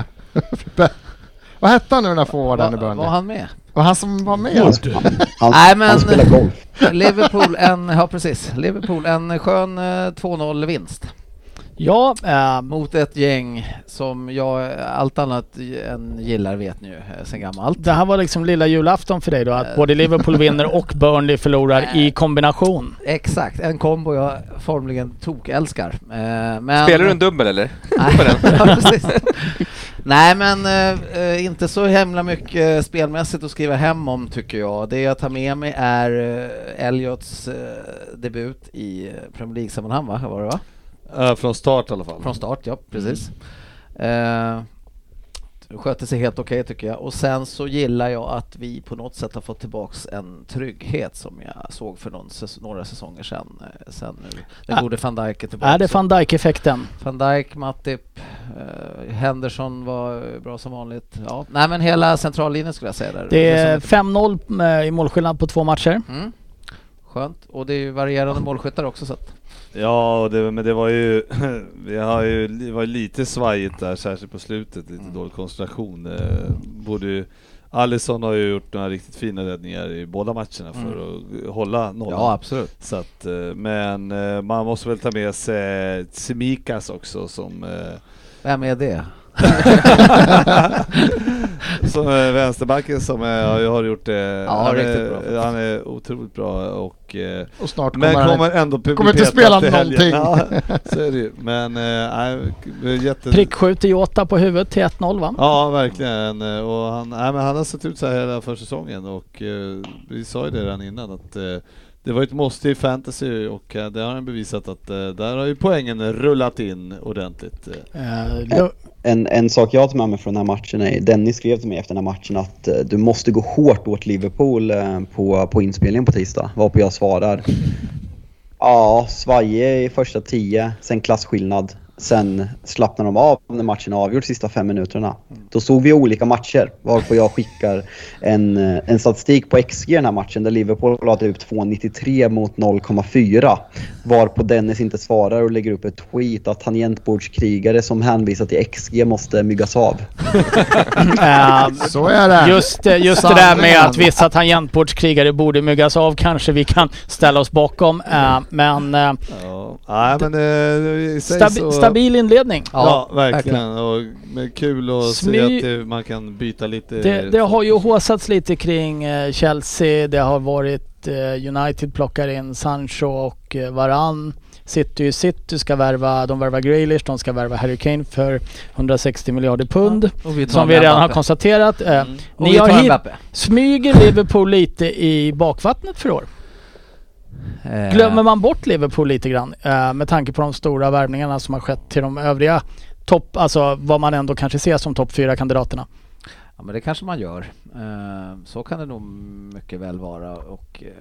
Vad hette han nu den där forwarden i början? Var han med? Var han som var med? Han, han, Nej, men, han spelar golf. Liverpool en, ja precis. Liverpool en skön uh, två noll-vinst. Ja, äh, mot ett gäng som jag allt annat än gillar, vet ni ju sen gammalt. Det här var liksom lilla julafton för dig då, att både Liverpool vinner och Burnley förlorar i kombination. Exakt, en kombo jag formligen tokälskar. Men spelar du en dubbel eller? Nej, ja, precis. Nej, men äh, inte så himla mycket spelmässigt att skriva hem om, tycker jag. Det jag tar med mig är äh, Elliots äh, debut i Premier League-sammanhang, va? Var det, va? Uh, från start i alla fall. Från start, ja, precis. Mm. Uh, sköter sig helt okej, okay, tycker jag. Och sen så gillar jag att vi på något sätt har fått tillbaks en trygghet som jag såg för någon, några säsonger sedan. Sen nu. Den gode Van Dijk är tillbaka. Är det Van Dijk-effekten? Van Dijk, Matip, uh, Henderson var bra som vanligt. Ja. Nej, men hela centrallinjen skulle jag säga där. Det är fem noll i målskillnad på två matcher. Mm. Skönt. Och det är ju varierande målskyttar också, så att. Ja, det, men det var ju vi har ju det var lite svajigt där, särskilt på slutet, lite mm. dålig koncentration. Eh, både ju, Alisson har ju gjort några riktigt fina räddningar i båda matcherna för mm. att hålla nollan. Ja, absolut. Så att, men man måste väl ta med sig Tsimikas också som eh, vem är det? som är vänsterbacken som är, jag har gjort det. Ja, han, är, bra, han är otroligt bra och, och snart men kommer, kommer ändå kommer inte spela någonting. Ja, så är det ju. Men äh, jätte... prickskjut i Jota på huvudet till ett noll, va? Ja, verkligen. Och han, nej, men han har sett ut så här hela försäsongen och uh, vi sa ju det redan innan att uh, det var ett måste i fantasy och det har han bevisat att där har ju poängen rullat in ordentligt. En, en, en sak jag tar med mig från den här matchen är, Dennis skrev till mig efter den här matchen att du måste gå hårt åt Liverpool på, på inspelningen på tisdag, varpå jag svarar ja, Sverige i första tio, sen klassskillnad. Sen slappnar de av när matchen är avgjord sista fem minuterna. Då såg vi olika matcher, varpå jag skickar en, en statistik på X G i den här matchen där Liverpool lade ut två komma nittiotre mot noll komma fyra. Varpå Dennis inte svarar och lägger upp ett tweet att tangentbordskrigare som hänvisar till X G måste myggas av. uh, Så är det. Just, just det där med att vissa tangentbordskrigare borde myggas av kanske vi kan ställa oss bakom. Uh, men, uh, ja. Nej, men uh, stabi- så... stabil inledning. Ja, ja verkligen. Och med kul att Smy... se att man kan byta lite. Det, det har ju håsats lite kring uh, Chelsea. Det har varit uh, United plockar in Sancho och uh, Varane. City City ska värva, de värvar Grealish, de ska värva Harry Kane för hundrasextio miljarder pund. Ja, vi som vi redan Mbappe. har konstaterat. Uh, mm. Ni har hit, smyger Liverpool lite i bakvattnet för år. Glömmer man bort Liverpool lite grann eh, med tanke på de stora värvningarna som har skett till de övriga topp, alltså vad man ändå kanske ser som topp fyra kandidaterna? Ja, men det kanske man gör. Eh, så kan det nog mycket väl vara och eh,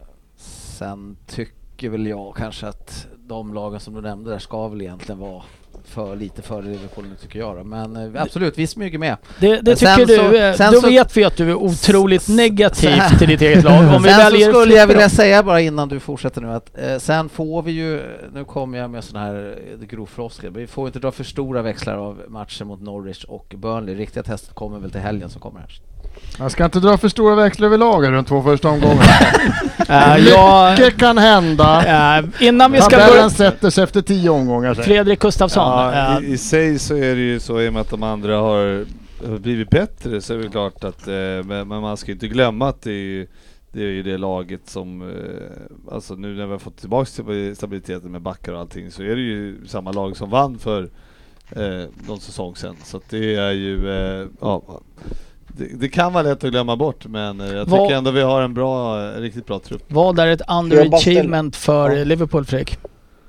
sen tycker väl jag kanske att de lagen som du nämnde där ska väl egentligen vara för lite före Liverpool nu tycker jag då. Men eh, absolut, vi smyger med. Det, det tycker du. Så, då så, vet vi att du är otroligt negativ så, till ditt eget lag. Om vi sen väljer så skulle jag vilja säga bara innan du fortsätter nu att eh, sen får vi ju, nu kommer jag med sån här grovfloskler, vi får inte dra för stora växlar av matcher mot Norwich och Burnley. Riktiga testet kommer väl till helgen som kommer här. Man ska inte dra för stora växlar över lagen runt två första omgångarna. uh, jag, Mycket kan hända. Uh, innan vi ska börja sätter sig efter tio omgångar. Fredrik Gustafsson. Ja, uh, i, I sig så är det ju så i och med att de andra har blivit bättre så är det klart att uh, men man ska inte glömma att det är, det är ju det laget som uh, alltså nu när vi har fått tillbaka stabiliteten med backar och allting så är det ju samma lag som vann för uh, någon säsong sedan. Så att det är ju uh, ja Det, det kan vara lätt att glömma bort, men jag tycker vad, ändå vi har en bra, riktigt bra trupp. Vad är ett underachievement för ja. Liverpool, Fredrik?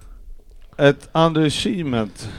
Ett underachievement?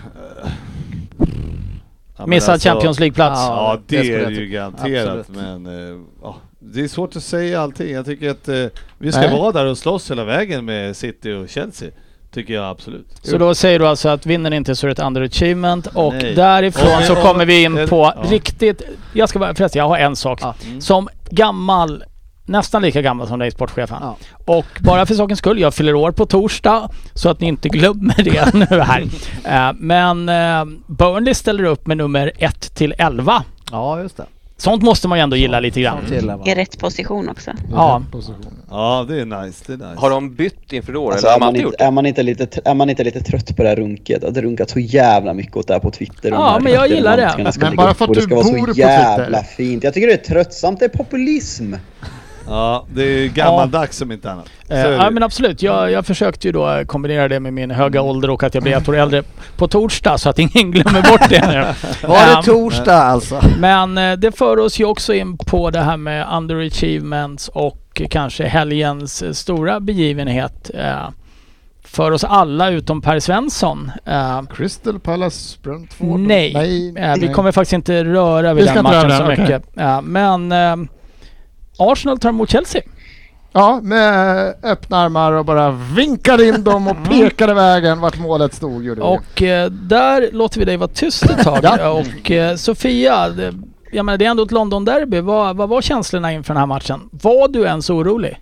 Ja, Missad alltså, Champions League-plats. Ja, ja det, det är ju garanterat. Absolut. Men ja, det är svårt att säga allting. Jag tycker att eh, vi ska Nej. vara där och slåss hela vägen med City och Chelsea. Tycker jag absolut. Så då säger du alltså att vinner inte så är det ett underachievement och Nej. därifrån och, så och, kommer vi in på ja. riktigt, jag ska bara, förresten jag har en sak ja. mm. som gammal, nästan lika gammal som dig sportchefen ja. och bara för sakens skull, jag fyller år på torsdag så att ni inte glömmer det nu här. uh, men uh, Burnley ställer upp med nummer ett till elva. Ja, just det. Sånt måste man ju ändå gilla lite grann. I rätt position också. Ja. Ja, det är nice, det är nice. Har de bytt inför år alltså, eller är, man inte, är, man inte lite, är man inte lite trött på det här runket? Att det runkat så jävla mycket åt det här på Twitter. Ja, men jag gillar det. Men bara för att du bor på Twitter. Det ska vara så jävla fint. Jag tycker det är tröttsamt, det är populism. Ja, det är gammaldags ja. som inte annat. Eh, ja, men absolut. Jag, jag försökte ju då kombinera det med min höga ålder och att jag blir ett år äldre på torsdag så att ingen glömmer bort det nu. Var det torsdag alltså? Men eh, det för oss ju också in på det här med underachievements och kanske helgens stora begivenhet eh, för oss alla utom Per Svensson. Eh, Crystal Palace Brentford. Nej, nej, eh, vi nej. kommer faktiskt inte röra vid den matchen så okay. mycket. Eh, men eh, Arsenal tar emot Chelsea. Ja, med öppna armar och bara vinkade in dem och pekade vägen vart målet stod. Gjorde och eh, där låter vi dig vara tyst ett tag. ja. Och eh, Sofia, det, jag menar, det är ändå ett London-derby. Vad, vad var känslorna inför den här matchen? Var du ens orolig?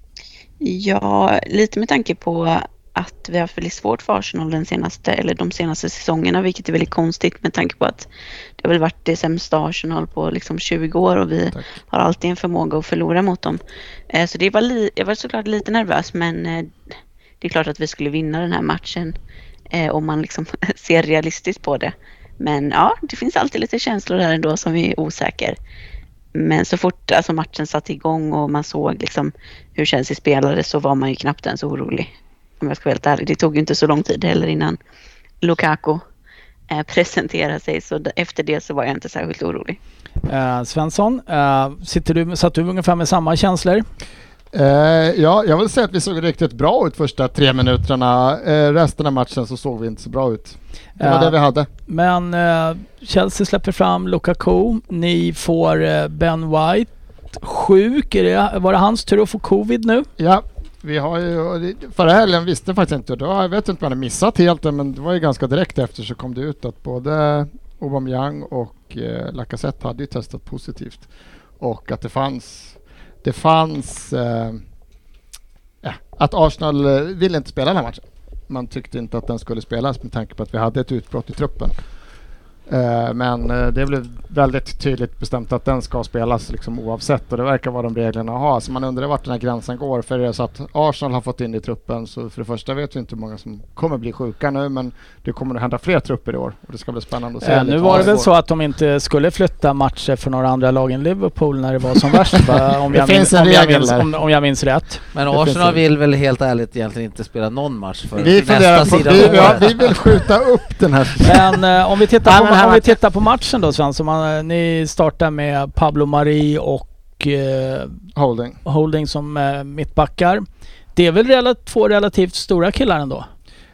Ja, lite med tanke på att vi har haft väldigt svårt för Arsenal den senaste, eller de senaste säsongerna, vilket är väldigt konstigt med tanke på att det har väl varit det sämsta Arsenal på liksom tjugo år och vi Tack. har alltid en förmåga att förlora mot dem. Eh, så det var li- jag var såklart lite nervös, men eh, det är klart att vi skulle vinna den här matchen eh, om man liksom ser realistiskt på det. Men ja, det finns alltid lite känslor där ändå som är osäker. Men så fort alltså, matchen satt igång och man såg liksom hur Chelsea spelade så var man ju knappt ens orolig. Om jag ska vara helt ärlig. Det tog ju inte så lång tid heller innan Lukaku eh, presenterade sig. Så d- efter det så var jag inte särskilt orolig. Uh, Svensson, uh, sitter du, satt du ungefär med samma känslor? Uh, ja, jag vill säga att vi såg riktigt bra ut första tre minuterna. Uh, resten av matchen så såg vi inte så bra ut. Det var uh, det vi hade. Men uh, Chelsea släpper fram Lukaku. Ni får uh, Ben White sjuk. Är det, var det hans tur att få covid nu? Ja, vi har ju... Förra helgen visste faktiskt inte. Då, jag vet inte om jag hade missat helt, men det var ju ganska direkt efter så kom det ut att både Aubameyang och uh, Lacazette hade ju testat positivt. Och att det fanns... Det fanns eh, ja, att Arsenal ville inte spela den här matchen. Man tyckte inte att den skulle spelas med tanke på att vi hade ett utbrott i truppen. Eh, men eh, det blev väldigt tydligt bestämt att den ska spelas liksom oavsett, och det verkar vara de reglerna att ha. Så man undrar vart den här gränsen går, för det är så att Arsenal har fått in i truppen, så för det första vet vi inte hur många som kommer bli sjuka nu, men det kommer att hända fler trupper i år och det ska bli spännande att se. Eh, nu var det väl så att de inte skulle flytta matcher för några andra lag än Liverpool när det var som värst, va? Om, jag minns, om, jag minns, om, om jag minns rätt. Men Arsenal vill väl helt ärligt egentligen inte spela någon match för vi nästa sida. Vi, ja, vi vill skjuta upp den här. Men eh, om vi tittar på Om vi tittar på matchen då, Sven, så man, ni startar med Pablo Mari och eh, Holding. Holding som eh, mittbackar. Det är väl rel- två relativt stora killar ändå?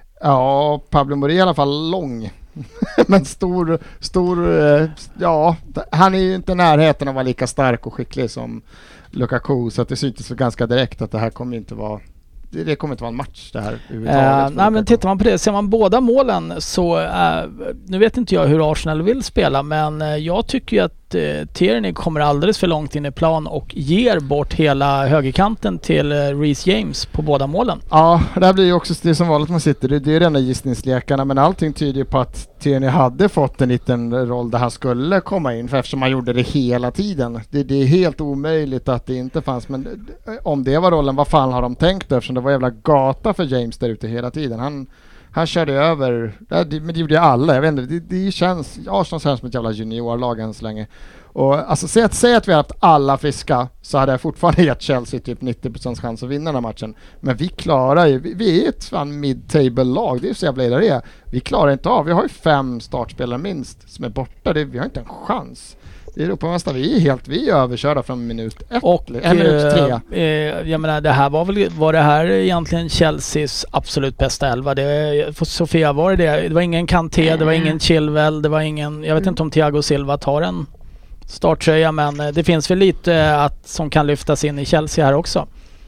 Ja, Pablo Mari är i alla fall lång. Men stor, stor eh, ja, han är ju inte i närheten av att vara lika stark och skicklig som Lukaku, så att det syntes så ganska direkt att det här kommer inte vara Det, det kommer inte vara en match det här uh, nej, men tittar man på det, ser man båda målen så uh, nu vet inte jag hur Arsenal vill spela, men uh, jag tycker ju att uh, Tierney kommer alldeles för långt in i plan och ger bort hela högerkanten till uh, Reece James på båda målen. Ja, det här blir ju också det som vanligt man sitter, det, det är rena gissningslekarna, men allting tyder på att Tierney hade fått en liten roll där han skulle komma in, för eftersom han gjorde det hela tiden. Det, det är helt omöjligt att det inte fanns, men om det var rollen, vad fan har de tänkt, eftersom det var jävla gata för James där ute hela tiden. Han, han körde över, ja, det, men det gjorde ju alla, jag vet inte, det, det känns, Arsenal känns som ett jävla juniorlag än så länge. Och alltså säg att, säg att vi har haft alla friska, så hade jag fortfarande gett Chelsea typ nittio procent chans att vinna den här matchen. Men vi klarar ju, vi, vi är ett fan mid-table-lag, det är så jävla illa det är. Vi klarar inte av, vi har ju fem startspelare minst som är borta, det, vi har inte en chans. I Europamästare, vi är helt, vi är överkörda från minut ett och eller minut tre. Eh, jag menar, det här var väl, var det här egentligen Chelseas absolut bästa elva? Det, för Sofia var det det? Det var ingen Kanté, det var ingen Chilwell, det var ingen, jag vet inte om Thiago Silva tar en starttröja, men det finns väl lite att, som kan lyftas in i Chelsea här också.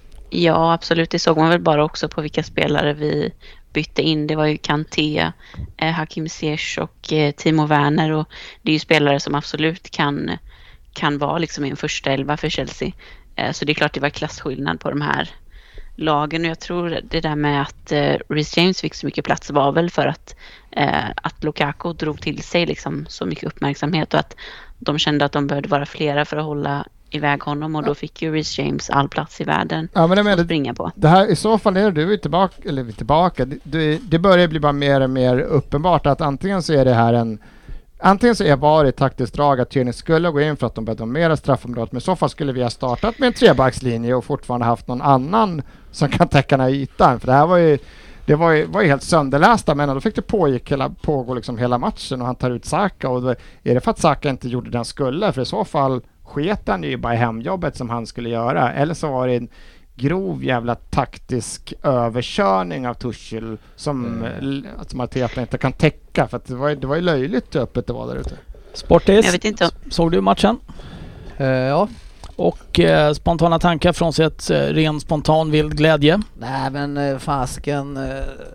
Ja, absolut. Det såg man väl bara också på vilka spelare vi bytte in. Det var ju Kanté, eh, Hakim Ziyech och eh, Timo Werner, och det är ju spelare som absolut kan, kan vara liksom i en första elva för Chelsea. Eh, så det är klart det var klassskillnad på de här lagen, och jag tror det där med att eh, Reece James fick så mycket plats var väl för att, eh, att Lukaku drog till sig liksom så mycket uppmärksamhet, och att de kände att de behövde vara flera för att hålla iväg honom, och då fick ju Reece James all plats i världen ja, men det att springa på. Det här, i så fall är du tillbaka, eller tillbaka, det, det börjar bli bara mer och mer uppenbart att antingen så är det här en Antingen så är var ett taktiskt drag att Tierney skulle gå in för att de behövde mera straffområdet, men i så fall skulle vi ha startat med en trebackslinje och fortfarande haft någon annan som kan täcka den här ytan, för det här var ju det var ju, var ju helt sönderlästa, men då fick det pågick hela, pågå liksom hela matchen, och han tar ut Saka, och då, är det för att Saka inte gjorde det han skulle, för i så fall sket han ju bara i hemjobbet som han skulle göra, eller så var det en grov jävla taktisk överkörning av Tuchel som, mm. som Arteta inte kan täcka, för att det var, det var ju löjligt öppet det var där ute. Sportis, jag vet inte. Såg du matchen? Uh, ja. Och eh, spontana tankar från sitt eh, ren spontan vild glädje? Nej, men eh, fasken eh,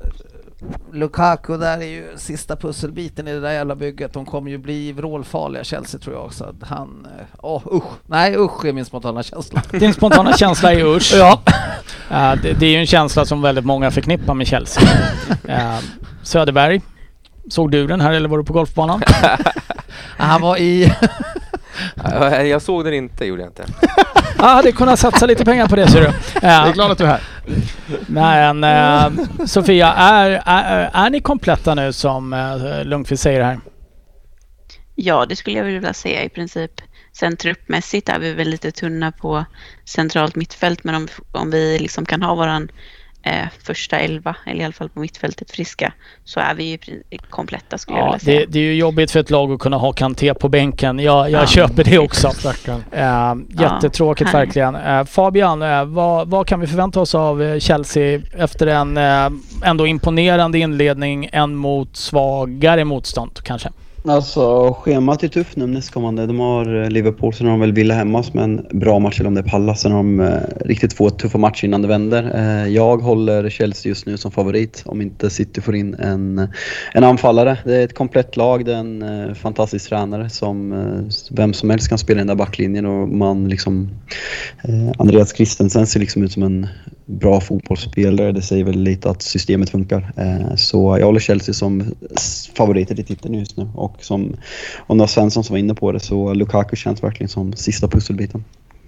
Lukaku där är ju sista pusselbiten i det där jävla bygget. De kommer ju bli vrålfarliga, Chelsea, tror jag också. Han, åh oh, usch, nej usch är min spontana känsla. Din spontana känsla är usch. Ja. Uh, det, det är ju en känsla som väldigt många förknippar med Chelsea. Uh, Söderberg, såg du den här eller var du på golfbanan? Han var i... Jag såg den inte, gjorde jag inte. Jag hade kunnat satsa lite pengar på det, ser du. Uh, jag är glad att du är här. Men uh, Sofia, är, är, är ni kompletta nu som uh, Lundqvist säger här? Ja, det skulle jag vilja säga i princip. Sen truppmässigt är vi väl lite tunna på centralt mittfält, men om, om vi liksom kan ha våran eh, första elva, eller i alla fall på mittfältet friska, så är vi ju kompletta skulle ja, jag vilja säga. Det, det är ju jobbigt för ett lag att kunna ha Kanté på bänken. Jag, jag ja. köper det också. äh, jättetråkigt ja, verkligen. Äh, Fabian, äh, vad, vad kan vi förvänta oss av Chelsea efter en äh, ändå imponerande inledning, en mot svagare motstånd kanske? Alltså schemat är tufft nu nästkommande. De har Liverpool, så de har väl Villa hemma som en bra match, eller om det är Pallas, så de har de eh, riktigt två tuffa matcher innan det vänder. Eh, jag håller Chelsea just nu som favorit om inte City får in en, en anfallare. Det är ett komplett lag, det är en eh, fantastisk tränare som eh, vem som helst kan spela i den där backlinjen, och man liksom eh, Andreas Christensen ser liksom ut som en bra fotbollsspelare. Det säger väl lite att systemet funkar. Eh, så jag håller Chelsea som favoriter i titeln just nu. Och som, om det var Svensson som var inne på det, så Lukaku känns verkligen som sista pusselbiten.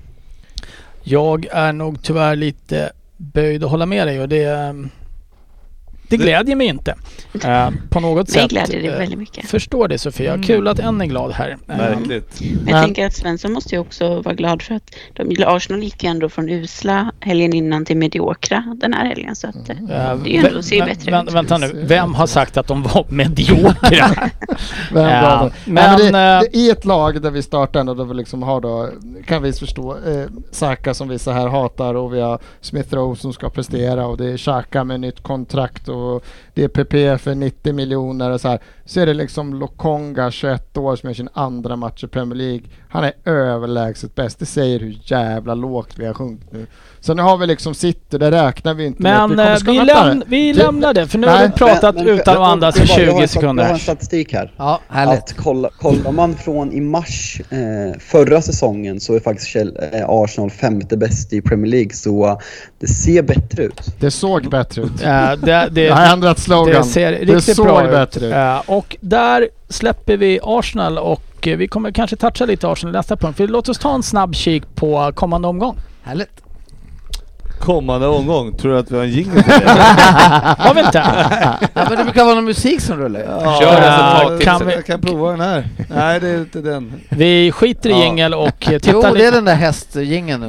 Jag är nog tyvärr lite böjd att hålla med dig, och det, det glädjer mig inte. Uh, på något sätt. Mig glädjer det väldigt mycket. Förstår det, Sofia. Mm. Kul att en är glad här. Verkligt. Men jag tänker att Svensson måste ju också vara glad för att de, Arsenal gick ju ändå från usla helgen innan till mediokra den här helgen. Så att mm. det är ju ändå ser bättre vä- ut. Vänta nu, vem har sagt att de var mediokra? Vem ja, men, men det, det, i ett lag där vi startar ändå, där vi liksom har då, kan vi förstå, eh, Saka som vissa här hatar, och vi har Smith Rowe som ska prestera, och det är Xhaka med nytt kontrakt, och det är P P för nittio miljoner och så här. Så är det liksom Lokonga, tjugoett år, som är sin andra match i Premier League. Han är överlägset bäst. Det säger hur jävla lågt vi har sjunkit nu. Så nu har vi liksom City, det räknar vi inte men med. Vi, vi, läm- vi lämnar det, för nu Nej, har vi pratat men, men, utan att andas i tjugo sekunder. Jag har en statistik här. Ja, härligt. Att kolla, kollar man från i mars eh, förra säsongen, så är faktiskt eh, Arsenal femte bäst i Premier League, så uh, det ser bättre ut. Det såg bättre ut. Ja, det, det, jag har ändrat slogan. Det ser riktigt det såg bra bättre ut. ut. Uh, och där släpper vi Arsenal, och uh, vi kommer kanske toucha lite Arsenal nästa punkt. För låt oss ta en snabb kik på kommande omgång. Härligt. Kommande omgång, tror du att vi har en jingle till det? Har vi inte? Ja, men det brukar vara någon musik som rullar. Ja, Kör ja, alltså, kan vi, jag kan prova den här. Nej, det är inte den. Vi skiter i ja. jingle och tittar jo, lite. det är den där hästjingeln.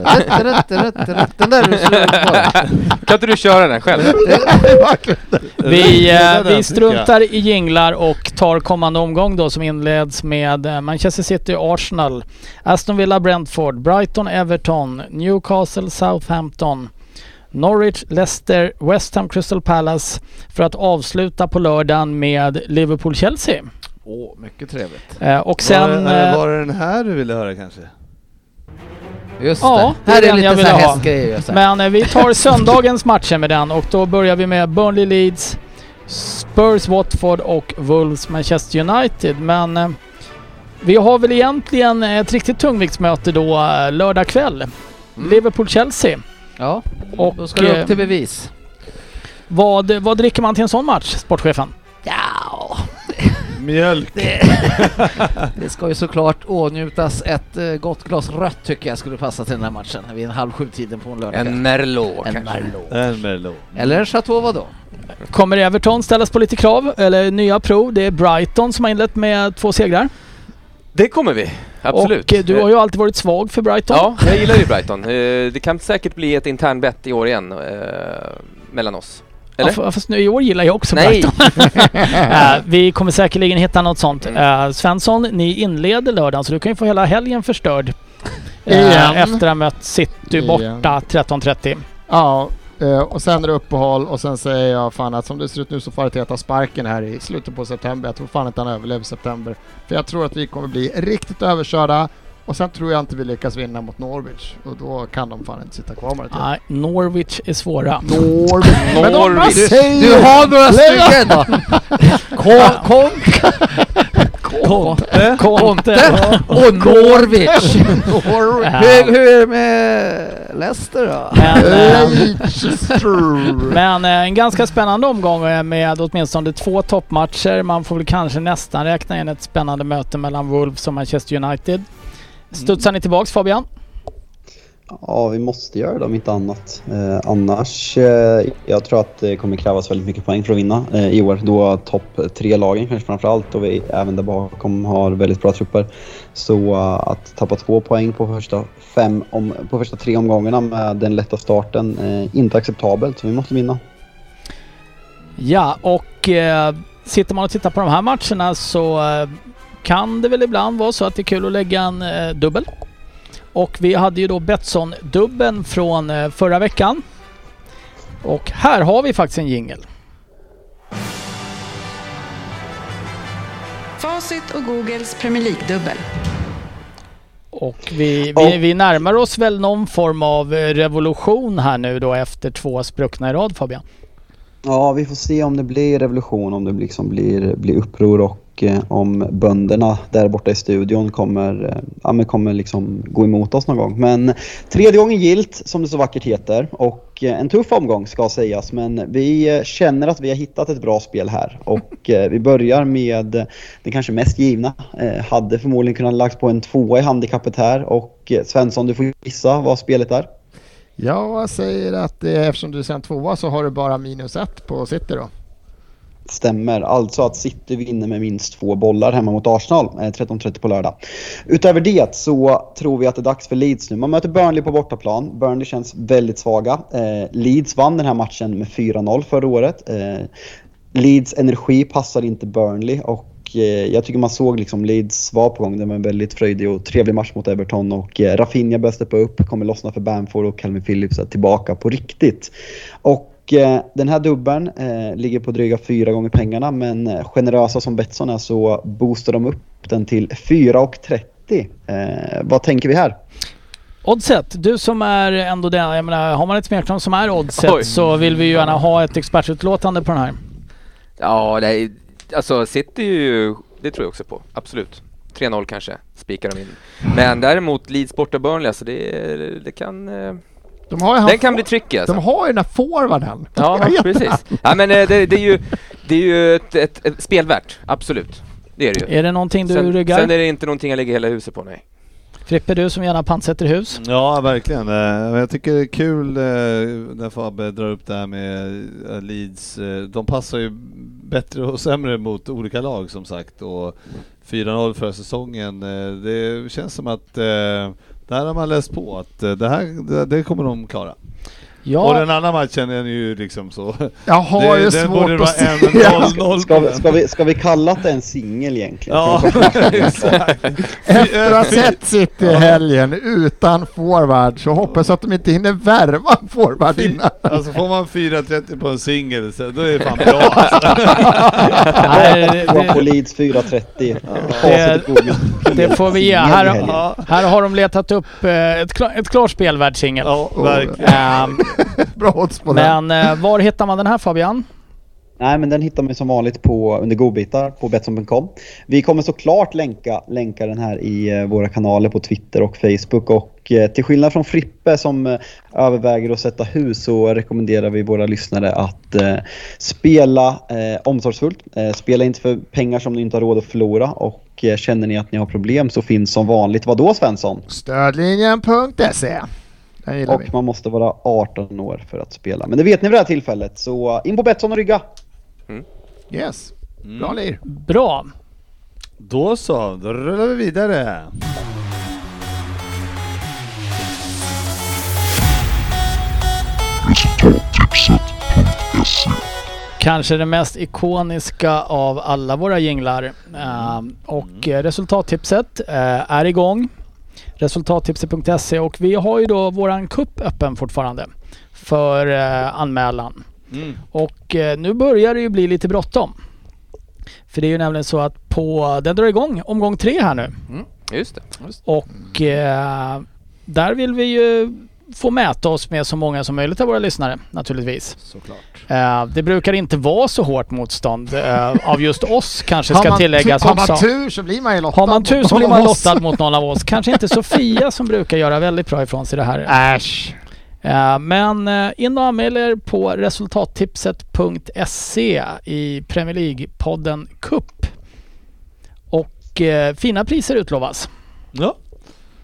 Den där du slår på. Kan inte du köra den själv? vi, eh, vi struntar i jinglar och tar kommande omgång då, som inleds med Manchester City, Arsenal, Aston Villa, Brentford, Brighton, Everton, Newcastle, Southampton, Norwich, Leicester, West Ham, Crystal Palace, för att avsluta på lördagen med Liverpool, Chelsea. Åh, oh, mycket trevligt. Eh, och sen... Var, är det, var det den här du ville höra kanske? Just ja, det. Här det är, är lite så här hästgrejer. Men eh, vi tar söndagens matcher med den, och då börjar vi med Burnley, Leeds, Spurs, Watford och Wolves, Manchester United. Men eh, vi har väl egentligen ett riktigt tungviktsmöte då eh, lördag kväll. Mm. Liverpool, Chelsea. Ja, och då ska du upp till bevis. Vad, vad dricker man till en sån match, sportchefen? Ja, mjölk. Det, det ska ju såklart ånjutas ett uh, gott glas rött, tycker jag skulle passa till den här matchen vid en halv sju tiden på en lördag. En Merlot. En Merlot. En Merlot. Eller en Chateau vadå? Kommer Everton ställas på lite krav, eller nya prov? Det är Brighton som har inlett med två segrar. Det kommer vi, absolut. Och du har ju alltid varit svag för Brighton. Ja, jag gillar ju Brighton. Det kan säkert bli ett intern bett i år igen eh, mellan oss. Eller? Ja, fast nu i år gillar jag också Nej. Brighton. uh, vi kommer säkerligen hitta något sånt. Uh, Svensson, ni inleder lördagen, så du kan ju få hela helgen förstörd. Uh, efter att ha mött City borta tretton trettio. Ja, uh, och sen är det uppehåll, och sen säger jag fan att som det ser ut nu så får jag ta sparken här i slutet på september. Jag tror fan att han överlever september. För jag tror att vi kommer bli riktigt överkörda. Och sen tror jag inte vi lyckas vinna mot Norwich. Och då kan de fan inte sitta kvar med det. Nej, Norwich är svåra. Norwich. Men Norwich. Du, du har några stycken då. Conte. Conte. Och Norwich. hur, hur är det med Leicester då? Men, men en ganska spännande omgång med åtminstone två toppmatcher. Man får väl kanske nästan räkna in ett spännande möte mellan Wolves och Manchester United. Studsar ni tillbaks, Fabian? Ja, vi måste göra det om inte annat. Eh, annars, eh, jag tror att det kommer krävas väldigt mycket poäng för att vinna eh, i år. Då topp tre lagen kanske framförallt och vi även där bakom har väldigt bra trupper. Så uh, att tappa två poäng på första, fem om, på första tre omgångarna med den lätta starten eh, inte acceptabelt. Så vi måste vinna. Ja, och eh, sitter man och tittar på de här matcherna så eh, kan det väl ibland vara så att det är kul att lägga en eh, dubbel. Och vi hade ju då Betsson-dubben från eh, förra veckan. Och här har vi faktiskt en jingle. Facit och Googles Premier League-dubbel. Och vi, vi, vi närmar oss väl någon form av revolution här nu då efter två spruckna i rad, Fabian. Ja, vi får se om det blir revolution, om det liksom blir, blir uppror och eh, om bönderna där borta i studion kommer, eh, ja, men kommer liksom gå emot oss någon gång. Men tredje gången gilt, som det så vackert heter, och eh, en tuff omgång ska sägas. Men vi eh, känner att vi har hittat ett bra spel här och eh, vi börjar med eh, det kanske mest givna. Eh, hade förmodligen kunnat lagt på en tvåa i handikappet här och eh, Svensson, du får gissa vad spelet är. Jag säger att eh, eftersom du sen tvåa så har du bara minus ett på City då. Stämmer, alltså att City vinner med minst två bollar hemma mot Arsenal eh, tretton trettio på lördag. Utöver det så tror vi att det är dags för Leeds nu. Man möter Burnley på bortaplan. Burnley känns väldigt svaga. Eh, Leeds vann den här matchen med fyra noll förra året. Eh, Leeds energi passar inte Burnley och jag tycker man såg liksom Leeds var på gång. Det var en väldigt fröjdig och trevlig match mot Everton och eh, Rafinha bör steppa upp, kommer lossna för Bamford och Calvin Phillips är tillbaka på riktigt. Och eh, den här dubben eh, ligger på dryga fyra gånger pengarna, men eh, generösa som Betsson är så boostar de upp den till fyra trettio. Eh, vad tänker vi här? Oddset, du som är ändå den, jag menar, har man ett smeknamn som är Oddset Oj. så vill vi ju gärna ha ett expertutlåtande på den här. Ja, det är alltså City ju, det tror jag också på, absolut. tre noll kanske, spikar de in. Men däremot Leeds borta Burnley, alltså det, det kan... De har ju den kan bli tricky alltså. De har ju den här forwarden. Ja, precis. Ja, men det, det är ju, det är ju ett, ett, ett spelvärt, absolut. Det är det ju. Är det någonting du sen, ryggar? Sen är det inte någonting jag lägger hela huset på, nej. Frippe, du som gärna pantsätter hus. Ja, verkligen. Jag tycker det är kul när Fabbe drar upp det här med Leeds. De passar ju bättre och sämre mot olika lag som sagt. Och fyra noll förra säsongen. Det känns som att där har man läst på att det här det kommer de klara. Ja. Och den andra matchen är ju liksom så. Jag har ju svårt borde att se. noll noll ska, vi, ska, vi, ska vi kalla det en singel egentligen? Ja, exakt. Efter att ha sett City i helgen utan forward så hoppas att de inte hinner värva forward innan. Alltså får man fyra trettio på en singel så då är det fan bra. Alltså. Nej, det, det, på Leeds fyra trettio. Det, det får vi ge. Här, här har de letat upp ett, klar, ett klart spelvärd singel. Ja, verkligen. Um, Bra odds på men eh, var hittar man den här, Fabian? Nej, men den hittar man som vanligt på under godbitar på betsson punkt com. Vi kommer såklart länka, länka den här i eh, våra kanaler på Twitter och Facebook. Och eh, till skillnad från Frippe som eh, överväger att sätta hus så rekommenderar vi våra lyssnare att eh, spela eh, omsorgsfullt. Eh, spela inte för pengar som ni inte har råd att förlora. Och eh, känner ni att ni har problem så finns som vanligt, vad då Svensson? Stödlinjen punkt se. Och vi. Man måste vara arton år för att spela. Men det vet ni vid det här tillfället. Så in på Betsson och rygga. Mm. Yes. Bra mm. lir. Bra. Då så, då rullar vi vidare. Resultattipset punkt se. Kanske det mest ikoniska av alla våra jinglar. Uh, och mm. resultattipset uh, är igång. Resultattipset punkt se och vi har ju då våran kupp öppen fortfarande för eh, anmälan. Mm. Och eh, nu börjar det ju bli lite bråttom. För det är ju nämligen så att på den drar igång omgång tre här nu. Mm. Just det. Just. Och eh, där vill vi ju få mäta oss med så många som möjligt av våra lyssnare naturligtvis. Såklart. Eh, det brukar inte vara så hårt motstånd eh, av just oss kanske ska tilläggas har också. Har man tur så blir man ju lottad. Har man tur så blir man lottad mot någon av oss. Kanske inte Sofia som brukar göra väldigt bra ifrån sig det här. Äsch. Uh, men uh, in och anmäl er på resultattipset punkt se i Premier League-podden Cup. Och uh, fina priser utlovas. Ja.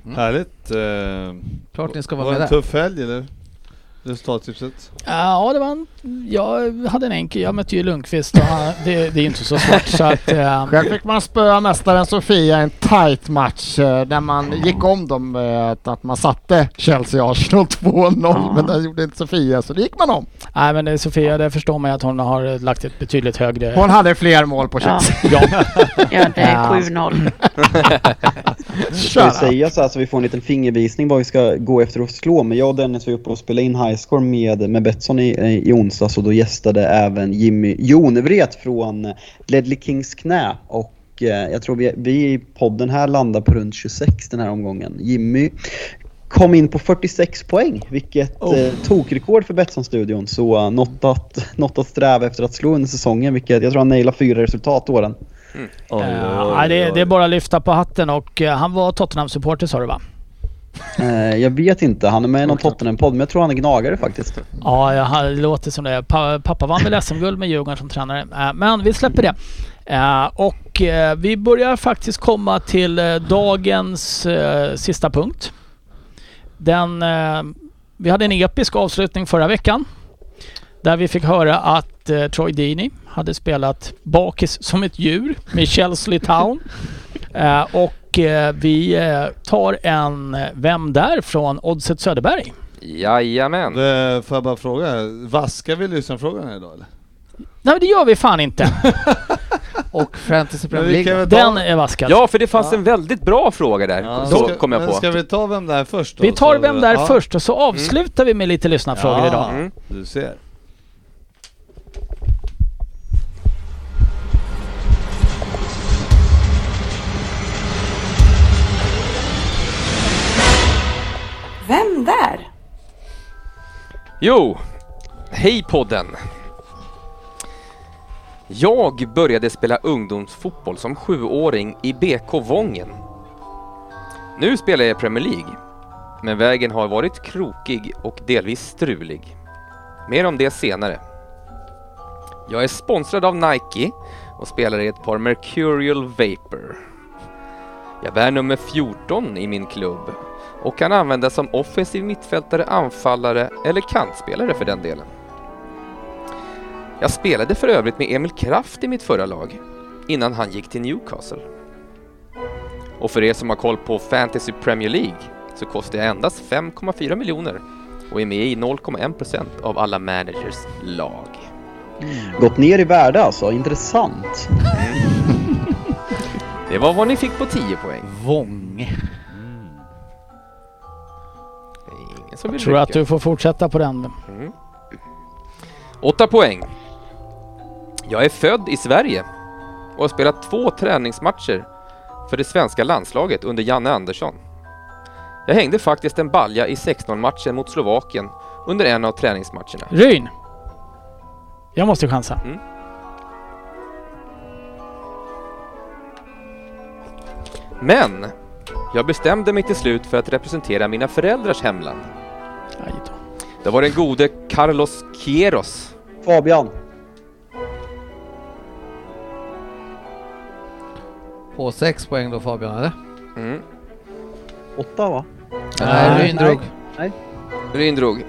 Mm. Härligt. Eh, Klart ni ska vara var med det en tuff helg eller? Resultattipset? Ja, det var en, jag hade en enkel. Jag mötte ju Lundqvist och han, det, det är inte så svårt. Så att, äh, Själv fick man spöa mästaren Sofia en tight match äh, där man gick om dem äh, att man satte Chelsea Arsenal två noll ja. Men det gjorde inte Sofia så det gick man om. Nej men det är Sofia, det förstår man att hon har lagt ett betydligt högre... Hon hade fler mål på Chelsea. Ja, ja det är sju noll. Ska vi säga så här så vi får en liten fingervisning vad vi ska gå efter och slå. Men jag och Dennis var uppe och spelade in highscore med, med Betsson i, i onsdag så då gästade även Jimmy Jonevret från Ledley Kings knä och eh, jag tror vi, vi i podden här landar på runt tjugosex den här omgången. Jimmy kom in på fyrtiosex poäng vilket oh. eh, tokrekord för Betsson-studion så uh, något, att, något att sträva efter att slå under säsongen vilket jag tror han nailar fyra resultat åren. Mm. Oj, oj, oj, oj. Uh, det, det är bara att lyfta på hatten och uh, han var Tottenham-supporter sa du va? Uh, jag vet inte, han är med i någon Tottenham-podd men jag tror han är gnagare faktiskt. Ja, ja det låter som det. Pa- pappa vann väl S M-guld med Djurgården som tränare. Uh, men vi släpper det. Uh, och uh, vi börjar faktiskt komma till uh, dagens uh, sista punkt. Den, uh, vi hade en episk avslutning förra veckan. Där vi fick höra att uh, Troy Deeney hade spelat bakis som ett djur med Chelsea Town. Uh, och uh, vi uh, tar en uh, Vem där från Oddset Söderberg. Jajamän. Det, får jag bara fråga, vaskar vi lyssnarfrågan här idag eller? Nej det gör vi fan inte. Och Fantasy Premier League. Den är vaskad. Ja, för det fanns ja. en väldigt bra fråga där. Ja, så ska, kom jag på. Ska vi ta Vem där först då? Vi tar så, Vem där ja. först och så avslutar mm. vi med lite lyssnarfrågor ja, idag. Mm. Du ser. Vem där? Jo, hej podden. Jag började spela ungdomsfotboll som sjuåring i B K Vången. Nu spelar jag i Premier League, men vägen har varit krokig och delvis strulig. Mer om det senare. Jag är sponsrad av Nike och spelar i ett par Mercurial Vapor. Jag bär nummer fjorton i min klubb och kan användas som offensiv mittfältare, anfallare eller kantspelare för den delen. Jag spelade för övrigt med Emil Kraft i mitt förra lag innan han gick till Newcastle. Och för er som har koll på Fantasy Premier League så kostar jag endast fem komma fyra miljoner och är med i noll komma en procent av alla managers lag. Mm. Gått ner i värde alltså, intressant. Det var vad ni fick på tio poäng. Vång. Mm. Det är ingen som vill Jag tror rycka. att du får fortsätta på den. Mm. Åtta poäng. Jag är född i Sverige och har spelat två träningsmatcher för det svenska landslaget under Janne Andersson. Jag hängde faktiskt en balja i sex noll-matchen mot Slovakien under en av träningsmatcherna. Ryn. Jag måste chansa. Mm. Men jag bestämde mig till slut för att representera mina föräldrars hemland. Aj då. Det var den gode Carlos Queiroz. Fabian. På sex poäng då Fabian, eller? Mm. Åtta va? Nej, Ryn drog. Nej. Ryn drog.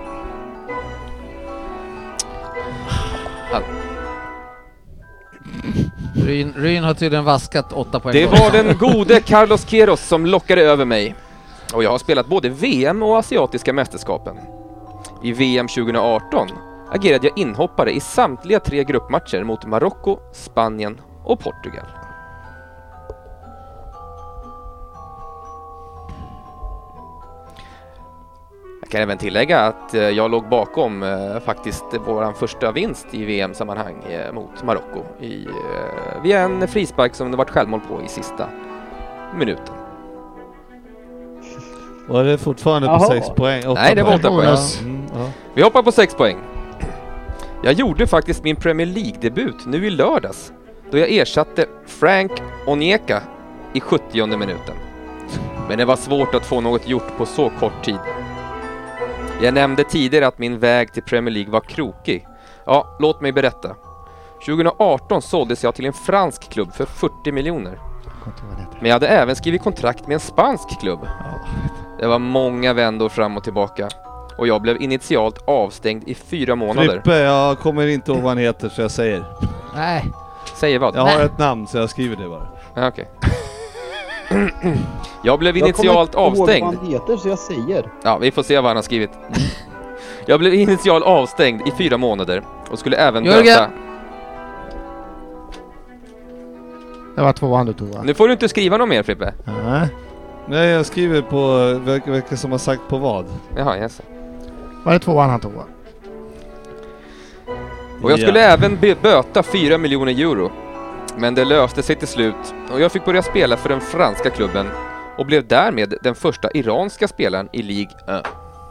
Ryn, Ryn har tydligen vaskat åtta poäng. Det var den gode Carlos Queiroz som lockade över mig. Och jag har spelat både V M och asiatiska mästerskapen. I V M tjugo arton agerade jag inhoppare i samtliga tre gruppmatcher mot Marocko, Spanien och Portugal. Jag kan även tillägga att jag låg bakom eh, faktiskt våran första vinst i V M-sammanhang eh, mot Marocko i, eh, via en frispark som det varit självmål på i sista minuten. Var det fortfarande Jaha. på sex poäng? Nej, det var åtta poäng. Mm, ja. Vi hoppar på sex poäng. Jag gjorde faktiskt min Premier League-debut nu i lördags då jag ersatte Frank Onyeka i sjuttionde minuten. Men det var svårt att få något gjort på så kort tid. Jag nämnde tidigare att min väg till Premier League var krokig. Ja, låt mig berätta. tjugo arton såldes jag till en fransk klubb för fyrtio miljoner. Men jag hade även skrivit kontrakt med en spansk klubb. Det var många vändor fram och tillbaka. Och jag blev initialt avstängd i fyra månader. Frippe, jag kommer inte ihåg vad han heter så jag säger. Nej. Säger vad? Jag har Nej. ett namn så jag skriver det bara. Ja, okej. Jag blev initialt jag avstängd. Jag kommer inte ihåg vad han heter så jag säger. Ja, vi får se vad han har skrivit. Jag blev initialt avstängd i fyra månader och skulle även Jörgen. böta... Det var tvåan du tog, va? Nu får du inte skriva något mer, Frippe. Nej. Nej, jag skriver på vilka, vilka som har sagt på vad. Jaha, yes. Var det tvåan han tog, va? Och jag Ja. skulle även be- böta fyra miljoner euro. Men det löste sig till slut och jag fick börja spela för den franska klubben och blev därmed den första iranska spelaren i Ligue ett.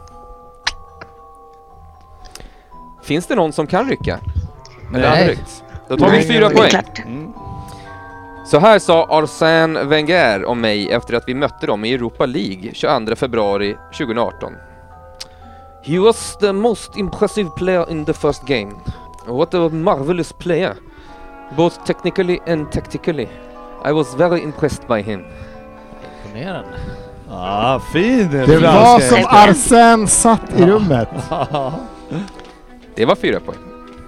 Finns det någon som kan rycka? Eller Nej. har ryckt? Då tar vi Nej, fyra det är poäng. klart. Mm. Så här sa Arsène Wenger om mig efter att vi mötte dem i Europa League tjugoandra februari tjugoarton. He was the most impressive player in the first game. What a marvelous player. Both technically and tactically. I was very impressed by him. Imponerande. Ah, fin! Det var som Arsène satt i rummet. Det var fyra poäng.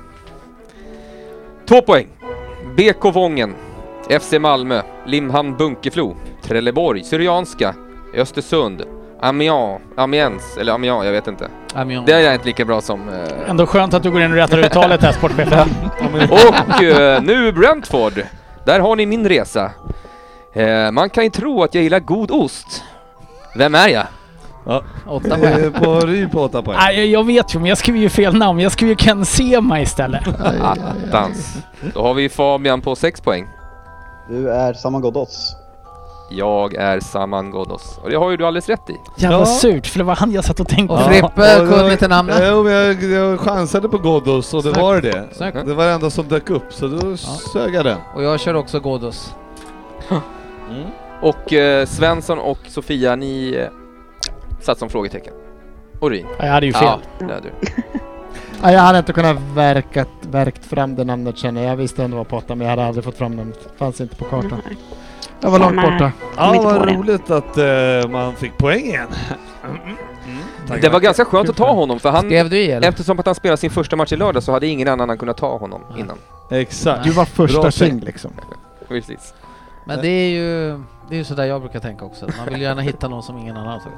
Två poäng. B K Vången, F C Malmö, Limhamn Bunkeflo, Trelleborg, Syrianska, Östersund, Amiens, Amiens, eller Amiens, jag vet inte. Amiens. Det är inte lika bra som... Eh... Ändå skönt att du går in och rättar uttalet här, sportchefen. Och eh, nu Brentford. Där har ni min resa. Eh, man kan ju tro att jag gillar god ost. Vem är jag? Ja. Åtta poäng. Eh, på Ry på åtta poäng. Nej, jag vet ju, men jag skriver ju fel namn. Jag skriver ju Ken Sema istället. Attans. Då har vi Fabian på sex poäng. Du är Saman Ghoddos. Jag är Saman Ghoddos. Och det har ju du alldeles rätt i. Jävla Ja. surt, för det var han jag satt och tänkte Och på. Frippe och kunde då- inte namnet. Jo, men jag, jag chansade på Ghoddos och det Snyggt. var det. Snyggt. Det var det enda som dök upp så då sög jag den. Och jag kör också Ghoddos. Mm. Och eh, Svensson och Sofia, ni eh, satt som frågetecken. Och Ryn. Ja, jag hade ju fel. Ja, det hade du. Ja, jag hade inte kunnat verkat, verkt fram det namnet känner jag. Jag visste ändå var på åtta men jag hade aldrig fått fram namnet. Fanns inte på kartan. Nej. Jag var långt Samma här. borta. Kom Ja, inte på vad det. roligt att eh, man fick poäng igen. Det var ganska skönt att ta honom för han, Skrev du i eller? eftersom att han spelade sin första match i lördag så hade ingen annan kunnat ta honom innan. Exakt. Du var första Bra tjing tänkt. liksom. Precis. Men det är ju det är ju så där jag brukar tänka också. Man vill gärna hitta någon som ingen annan har.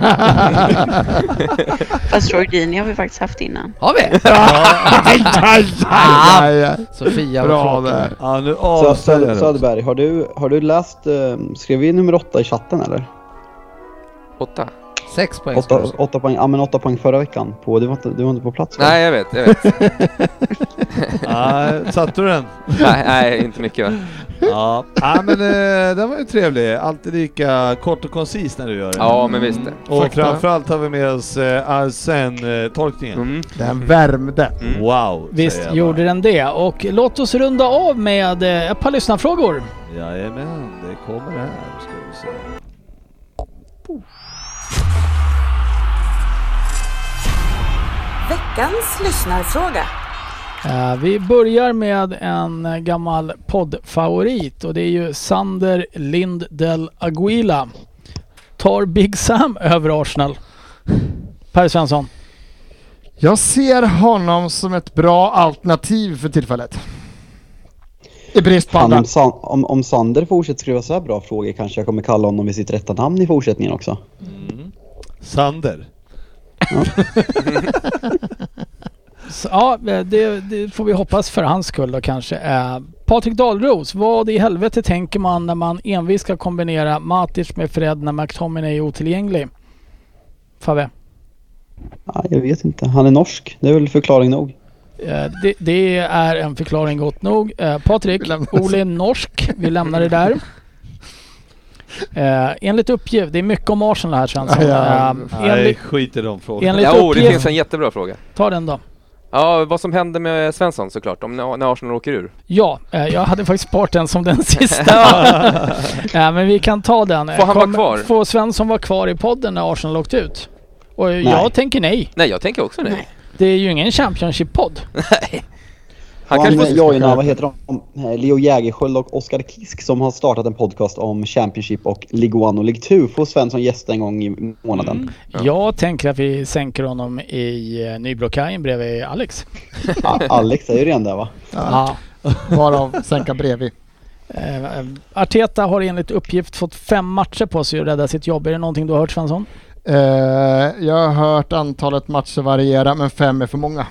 Fast Jorginho har vi faktiskt haft innan. Har vi? Aj, aj, aj, aj. Sofia Bra var där. Ja, nu Så, avslöjar Söder, jag det. Söderberg, har du, har du läst, eh, skrev vi nummer åtta i chatten eller? Åtta. Sex poäng. Åtta, åtta poäng, ja men åtta poäng förra veckan. På, du, var inte, du var inte på plats va? Nej, jag vet, jag vet. Ja, satte du den? nej, nej, inte mycket va? Ja, ja men eh, den var ju trevlig. Alltid lika kort och koncis när du gör det. Ja, men visst det. Och Fakta. framförallt har vi med oss eh, Arsène-tolkningen. Mm. Den värmde. Mm. Wow, Visst säger jag gjorde bara. den det. Och låt oss runda av med eh, ett par lyssnarfrågor. Jajamän, det kommer här. Ska vi se. Veckans lyssnarfråga. Eh, vi börjar med en eh, gammal poddfavorit och det är ju Sander Lind del Aguila. Tar Big Sam över Arsenal? Per Svensson. Jag ser honom som ett bra alternativ för tillfället. I brist på Fan, andra. om, San, om, om Sander fortsätter skriva så här bra frågor kanske jag kommer kalla honom vid sitt rätta namn i fortsättningen också. Mm. Sander. Så, ja, det, det får vi hoppas för hans skull då kanske. Eh, Patrik Dahlros, vad i helvete tänker man när man envist ska kombinera Matic med Fred när McTominay är otillgänglig? Fabbe? Ja, jag vet inte. Han är norsk. Det är väl förklaring nog. Eh, det, det är en förklaring gott nog. Eh, Patrik, Ole är norsk. Vi lämnar det där. Eh, enligt uppgift, det är mycket om Arsenal här Svensson. Ja, Eh, Nej, enligt, skit i de frågorna. enligt Ja, oh, det uppgift, finns en jättebra fråga. ta den då. Ja, vad som hände med Svensson såklart, om när, när Arsenal åker ur. Ja, eh, jag hade faktiskt sparat den som den sista. Ja, men vi kan ta den. Får han vara kvar? Får Svensson vara kvar i podden när Arsenal åkt ut? Och jag tänker nej. Nej, jag tänker också nej. Det är ju ingen Championship-podd. Nej. Han och kanske han joinar, vad heter de? Leo Jägerskiöld och Oskar Kisk som har startat en podcast om Championship och League One och League Two. Får Svensson gästa en gång i månaden. Mm. Ja. Jag tänker att vi sänker honom i Nybrokajen bredvid Alex. Ja, Alex är ju redan där va? Ja. Varav sänka bredvid. Uh, Arteta har enligt uppgift fått fem matcher på sig att rädda sitt jobb. Är det någonting du har hört, Svensson? Uh, jag har hört antalet matcher variera, men fem är för många.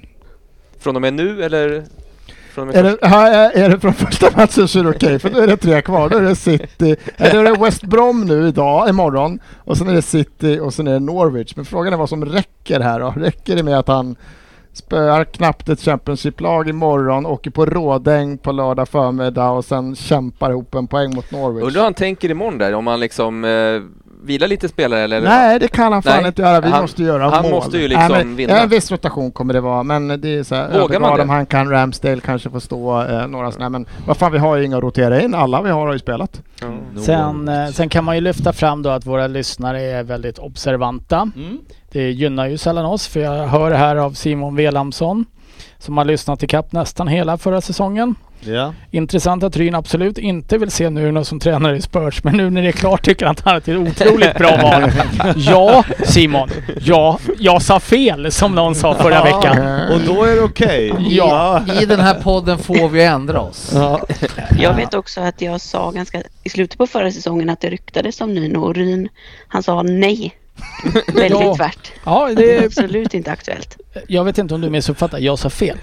Från och med nu eller? Från och med är, det, här, är det från första matchen så är det okej, okay, för då är det tre kvar. Då är det City, eller är det West Brom nu idag, imorgon, och sen är det City och sen är det Norwich. Men frågan är vad som räcker här då. Räcker det med att han spöar knappt ett Championship-lag imorgon, åker på rådäng på lördag förmiddag och sen kämpar ihop en poäng mot Norwich? Undrar han tänker imorgon där, om han liksom eh, vilar lite spelare eller? Nej, det kan han fan Nej, inte göra. Vi han, måste göra han mål. måste ju liksom Nej, men, vinna. En viss rotation kommer det vara, men det är så här, vågar man det? Om han kan Ramsdale kanske få stå eh, några sådana, men vad fan, vi har ju inga att rotera in. Alla vi har har ju spelat. Mm. Sen, eh, sen kan man ju lyfta fram då att våra lyssnare är väldigt observanta. Mm. Det gynnar ju sällan oss, för jag hör här av Simon Velamsson som har lyssnat till kapp nästan hela förra säsongen. Ja. Intressant att Ryn absolut inte vill se Nuno som tränare i Spurs, men nu när det är klart tycker han att han är ett otroligt bra val. Ja, Simon. Ja, jag sa fel som någon sa förra veckan. Och då är det okej. Okay. Ja. I den här podden får vi ändra oss. Ja. Jag vet också att jag sa ganska i slutet på förra säsongen att det ryktades om Nuno, och Ryn, han sa nej. Väldigt ja. tvärt. Ja, det är... det är absolut inte aktuellt. Jag vet inte om du missuppfattar. Jag sa fel.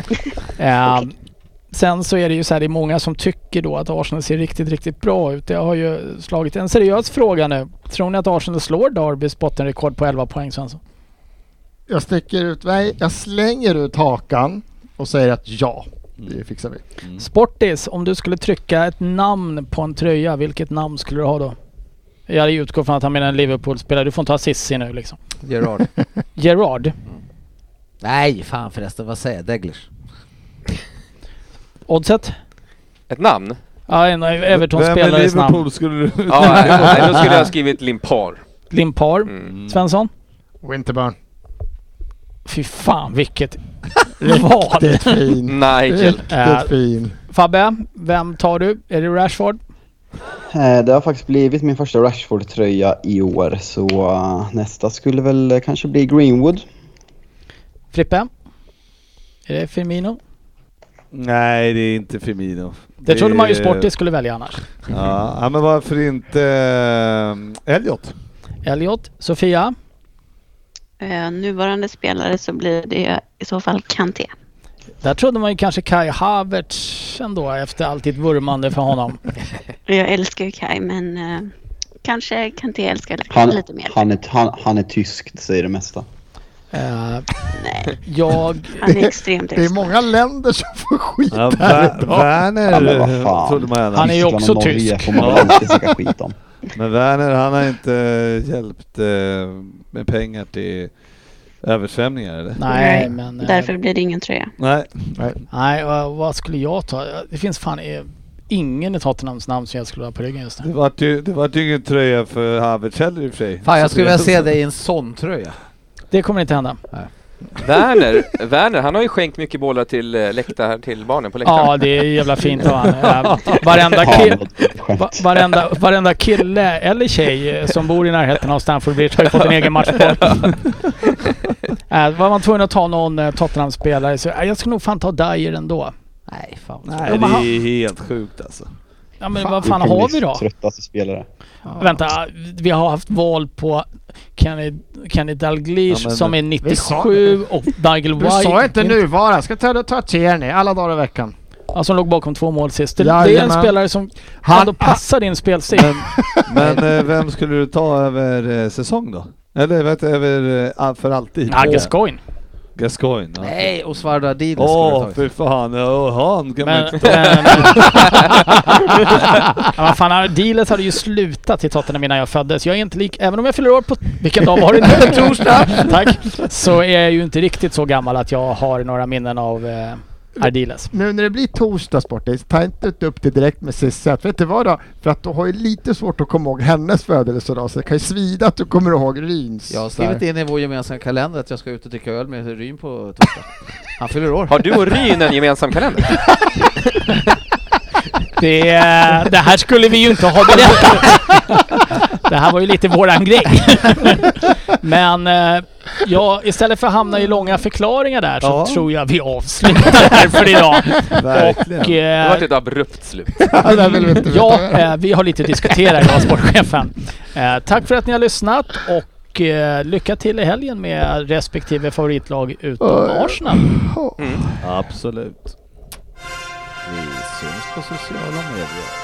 uh, okay. Sen så är det ju så här, det är många som tycker då att Arsenal ser riktigt, riktigt bra ut. Jag har ju slagit en seriös fråga nu. Tror ni att Arsenal slår Derbys bottenrekord på elva poäng, Svensson? Jag sticker ut, nej, jag slänger ut hakan och säger att ja, det fixar vi. Mm. Sportis, om du skulle trycka ett namn på en tröja, vilket namn skulle du ha då? Jag utgår från att han menar en Liverpool-spelare. Du får inte ha Sissi nu liksom. Gerard. Gerard? Mm. Nej, fan förresten. Vad säger jag? Deglers. Oddset? Ett namn? Ja, en Everton-spelares namn. Liverpool skulle du... ja, nej, då skulle jag ha skrivit Limpar. Limpar. Mm. Svensson? Winterburn. Fy fan, vilket val. Riktigt fin. Nigel. Riktigt äh, fin. Fabbe, vem tar du? Är det Rashford? Det har faktiskt blivit min första Rashford-tröja i år, så nästa skulle väl kanske bli Greenwood. Frippe? Är det Firmino? Nej, det är inte Firmino. Det, det trodde man ju Sportis skulle välja annars. Ja, men varför inte äh, Elliot? Elliot. Sofia? Uh, nuvarande spelare så blir det i så fall Kanté. Där trodde man ju kanske Kai Havertz ändå, efter allt ditt vurmande för honom. Jag älskar ju Kai, men uh, kanske Kanté älskar han, lite mer. Han är, han, han är tysk, det säger det mesta. Uh, Nej. Jag... Han är extremt Det är många länder som får skit ja, här idag. Werner ja, trodde man gärna. Han är ju också tysk. Skit om. Men Werner, han har inte hjälpt eh, med pengar till översvämningar eller? Nej, men... Därför blir det ingen tröja. Nej. Nej, Nej vad, vad skulle jag ta? Det finns fan ingen i Tottenhams namn som jag skulle ha på ryggen just nu. Det var ju det var ingen tröja för Havertz heller i och för sig. Fan, jag skulle vilja se dig i en sån tröja. Det kommer inte hända. Nej. Werner, Werner, han har ju skänkt mycket bollar till äh, läktar till barnen på läktaren. Ja, det är jävla fint av han. Äh, varenda, ki- va- varenda, varenda kille eller tjej som bor i närheten av Stamford Bridge har ju fått en egen matchboll. äh, var man tvungen att ta någon äh, Tottenham-spelare så äh, jag skulle nog fan ta Dyer ändå. Nej, fan. Nej, det är helt sjukt alltså. Ja, men fan, vad fan har vi då? Tröttaste spelare. Ja. Vänta, vi har haft val på Kenny, Kenny Dalglish ja, som är nittiosju och Nigel White. Du sa inte nu vara. Ska ta, ta Tierney alla dagar i veckan. Ja, som låg bakom två mål sist. Det, ja, det är en man. spelare som han, ändå passar din spelstil. Men, men vem skulle du ta över eh, säsong då? Eller vet du, över eh, för alltid? Ja, Gascoigne. Gascoigne. Ja. Nej, Osvaldo Adiles. Åh, oh, för fan. Oh, han kan man inte ta. Ja, fan, Adiles hade ju slutat i Tottenham innan jag föddes. Jag är inte lik, även om jag fyller år på vilken dag var det nu? Torsdag. Tack. Så är jag ju inte riktigt så gammal att jag har några minnen av eh, Ardiles. Nu när det blir torsdag Sportis, ta inte upp det direkt med Cissi. Vet du vad då? För att du har ju lite svårt att komma ihåg hennes födelsedag, så det kan ju svida att du kommer ihåg Ryns. Jag har skrivit in i vår gemensamma kalender att jag ska ut och dricka öl med Ryn på torsdag. Han fyller år. Har du och Ryn en gemensam kalender? Det, det här skulle vi ju inte ha berättat. Det här var ju lite våran grej. Men ja, istället för att hamna i långa förklaringar där så ja. tror jag vi avslutar här för idag. Verkligen. Och, det var ett abrupt slut. Ja, vi har lite diskuterat idag, sportchefen. Tack för att ni har lyssnat och lycka till i helgen med respektive favoritlag utom Arsenal. Mm. Absolut. Vi syns på sociala medier.